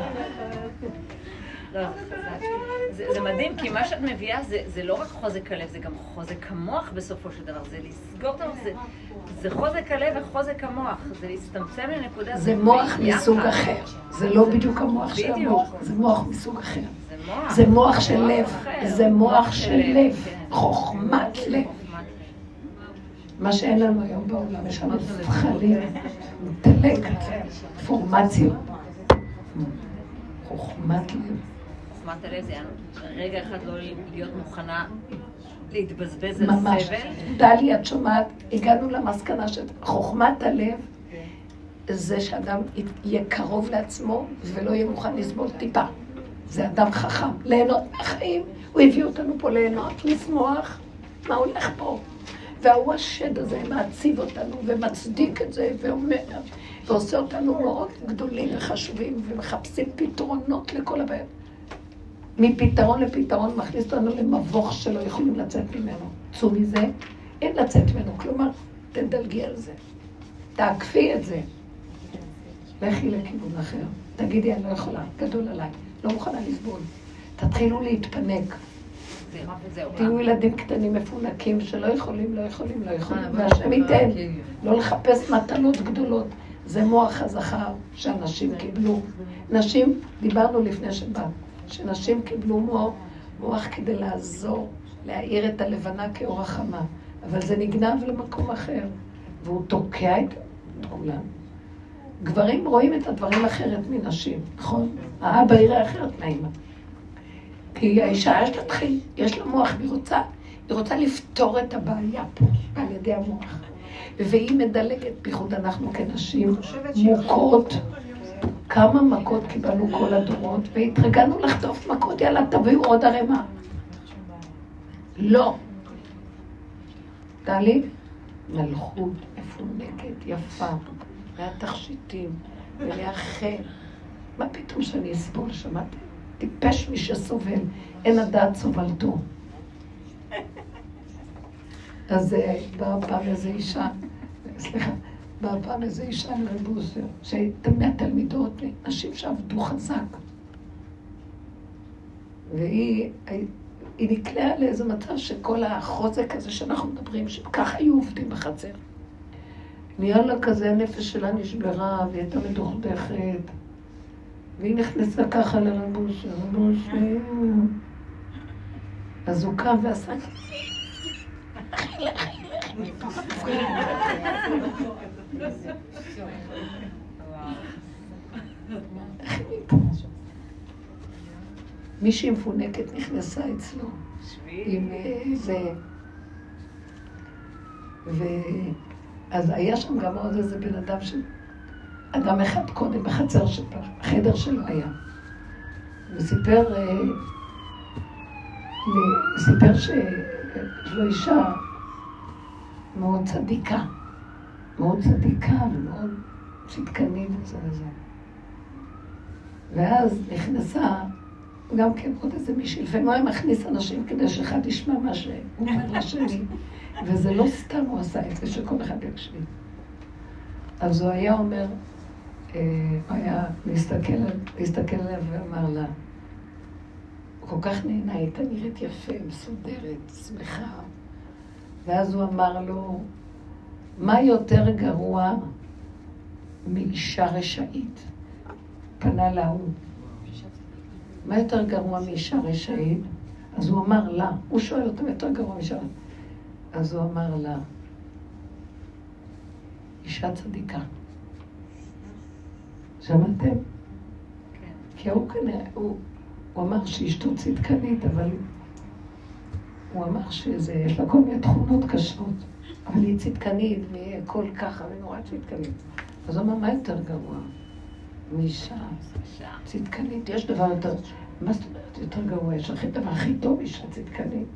זה מדהים, כי מה שאת מביאה זה לא רק חוזק הלב, זה גם חוזק המוח בסופו של דבר, זה לסגור את המוח, זה חוזק הלב וחוזק המוח, זה להסתמצם לנקודה. זה מוח מסוג אחר, זה לא בדיוק המוח של המוח, זה מוח מסוג אחר. זה מוח של לב, זה מוח של לב, חוכמת לב. מה שאין לנו היום בעולם, יש לנו זכלים, אינטלקט, פורמציות, חוכמת לב. חוכמת הלב זה רגע אחד לא להיות מוכנה להתבזבז על ממש. סבל. דלי, את שומעת, הגענו למסקנה שחוכמת הלב זה שאדם יהיה קרוב לעצמו ולא יהיה מוכן לסבול טיפה. זה אדם חכם. ליהנות מהחיים, הוא הביא אותנו פה ליהנות, לשמוח, מה הולך פה? והוא השד הזה מעציב אותנו ומצדיק את זה ואומר, ועושה אותנו מאוד גדולים וחשובים ומחפשים פתרונות לכל הבעיות. מפתרון לפתרון מכניס אותנו למבוך שלא יכולים לצאת ממנו. צאו מזה, אין לצאת ממנו. כלומר, תדלגי על זה. תעקפי את זה. לכי לכיוון אחר. תגידי, אני לא יכולה, גדול עליי. לא מוכנה לסבול. תתחילו להתפנק. תהיו ילדים קטנים מפונקים שלא יכולים. והשם ייתן. לא לחפש מתנות גדולות. זה מוח הזכר שאנשים קיבלו. נשים, דיברנו לפני שבאת. שנשים קיבלו מוח כדי לעזור, להאיר את הלבנה כאור החמה. אבל זה נגנב למקום אחר, והוא תוקע את כולם. גברים רואים את הדברים אחרת מנשים, נכון? האבא יראה אחרת מהאמא. כי האישה יש להתחיל, יש לה מוח, היא רוצה לפתור את הבעיה פה, על ידי המוח. והיא מדלגת, בייחוד אנחנו כנשים מוכות. כמה מכות קיבלנו כל הדורות, והתרגלנו לחטוף מכות, יאללה, תביאו עוד הרמה. לא. דלי, מלכות מפונקת, יפה, מהתכשיטים, ולאחר. מה פתאום שאני אסבול, שמעתי? טיפש מי שסובל, אין הדעת סובלתו. אז באה פעם איזו אישה, סליחה, באה פעם איזו אישה לרבוסר, שהייתה מהתלמידות, נשים שעבדו חזק. והיא נקלעה לאיזה מצב שכל החוזק הזה שאנחנו מדברים, שככה היו עובדים בחצר. נהיה לה כזה, הנפש שלה נשברה, והיא הייתה מדוכדכת. והיא נכנסה ככה לרבוסר, אז הוא קם ועשה מישהי מפונקת נכנסה אצלו עם זה, אז היה שם גם עוד איזה בן אדם אדם אחד קודם בחצר החדר שלו היה. הוא סיפר שיש לו אישה מאוד צדיקה ומאוד צדקנית וזה. ואז נכנסה גם כן עוד איזה מישהי, לפעמים הוא מכניס אנשים כדי שאחד ישמע מה שהוא אומר לשני. וזה לא סתם הוא עשה את זה, שכל אחד יקשיב. אז הוא היה אומר, הוא היה להסתכל עליה ואמר לה, הוא כל כך נהנה, הייתה נראית יפה, מסודרת, שמחה. ואז הוא אמר לו, מה יותר גרוע מאישה רשאית? פנה להוא. מה יותר גרוע מאישה רשאית? אז הוא אמר לה, הוא שואל אותם יותר גרוע משאלה. אז הוא אמר לה, אישה צדיקה. שמעתם? כי הוא כנראה, הוא אמר שאשתו צדקנית, אבל הוא אמר יש לה כל מיני תכונות קשות, אבל היא צדקנית וכל ככה ונורא צדקנית. אז הוא אמר, מה יותר גרוע? מאישה צדקנית, יש דבר יותר, מה זאת אומרת יותר גרוע? יש הכי דבר הכי טוב, אישה צדקנית.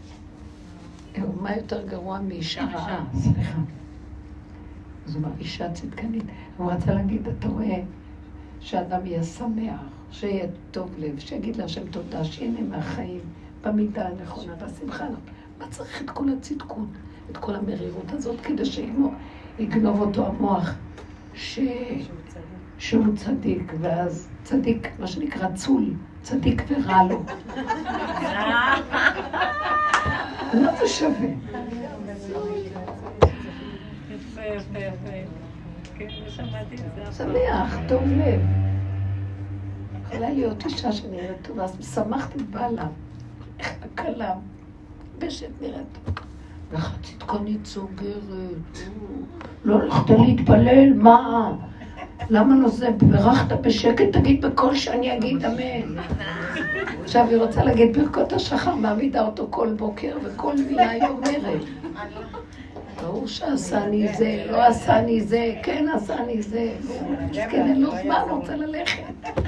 מה יותר גרוע מאישה רעה? סליחה. אז הוא אמר, אישה צדקנית. הוא רצה להגיד, אתה רואה שאדם יהיה שמח, שיהיה טוב לב, שיגיד להשם תודה, שהנה מהחיים, במידה הנכונה, בשמחה. מה צריך את כל הצדקות, את כל המרירות הזאת, כדי שיגנוב אותו המוח, שהוא צדיק, ואז צדיק, מה שנקרא צול, צדיק ורע לו. מה זה שווה? יפה, יפה, יפה. כן, לא שמעתי את זה. שמח, טוב לב. יכולה להיות אישה שנראית טובה, אז שמחתי בעלה. איך הקלה, בשת נראית. ואחת צדקנית סוגרת. לא הלכת להתפלל, מה? למה לא זה? ברכת בשקט, תגיד בקול שאני אגיד אמן. עכשיו היא רוצה להגיד ברכות השחר, מעמידה אותו כל בוקר, וכל מילה היא אומרת. ברור שעשני זה, לא עשני זה, כן עשני זה. כן, אין לו זמן, רוצה ללכת.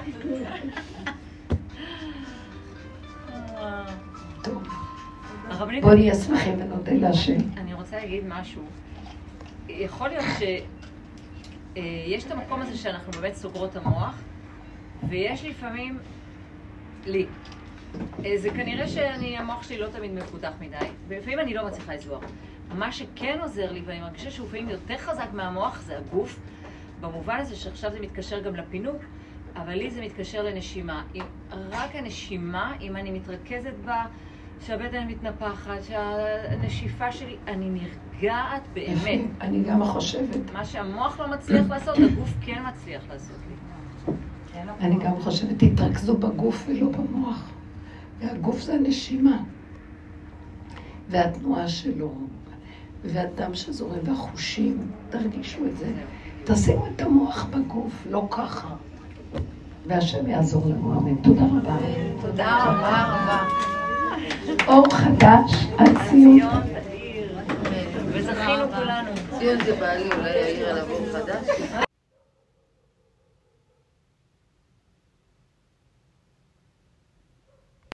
טוב. בוא נהיה שמחים ונודה להשם. אני רוצה להגיד משהו. יכול להיות שיש את המקום הזה שאנחנו באמת סוגרות המוח, ויש לפעמים לי. זה כנראה שהמוח שלי לא תמיד מפותח מדי, ולפעמים אני לא מצליחה לזוהר. מה שכן עוזר לי, ואני מרגישה שהוא לפעמים יותר חזק מהמוח, זה הגוף, במובן הזה שעכשיו זה מתקשר גם לפינוק, אבל לי זה מתקשר לנשימה. רק הנשימה, אם אני מתרכזת בה, שהבטן מתנפחת, שהנשיפה שלי, אני נרגעת באמת. אני גם חושבת. מה שהמוח לא מצליח לעשות, הגוף כן מצליח לעשות לי. אני גם חושבת, תתרכזו בגוף ולא במוח. והגוף זה הנשימה. והתנועה שלו, והדם שזורם, והחושים, תרגישו את זה. תשימו את המוח בגוף, לא ככה. והשם יעזור לנו, אמן. תודה רבה. תודה רבה רבה. אור חדש על ציון. וזכינו כולנו. ציון זה בעלי, אולי יאיר עליו אור חדש?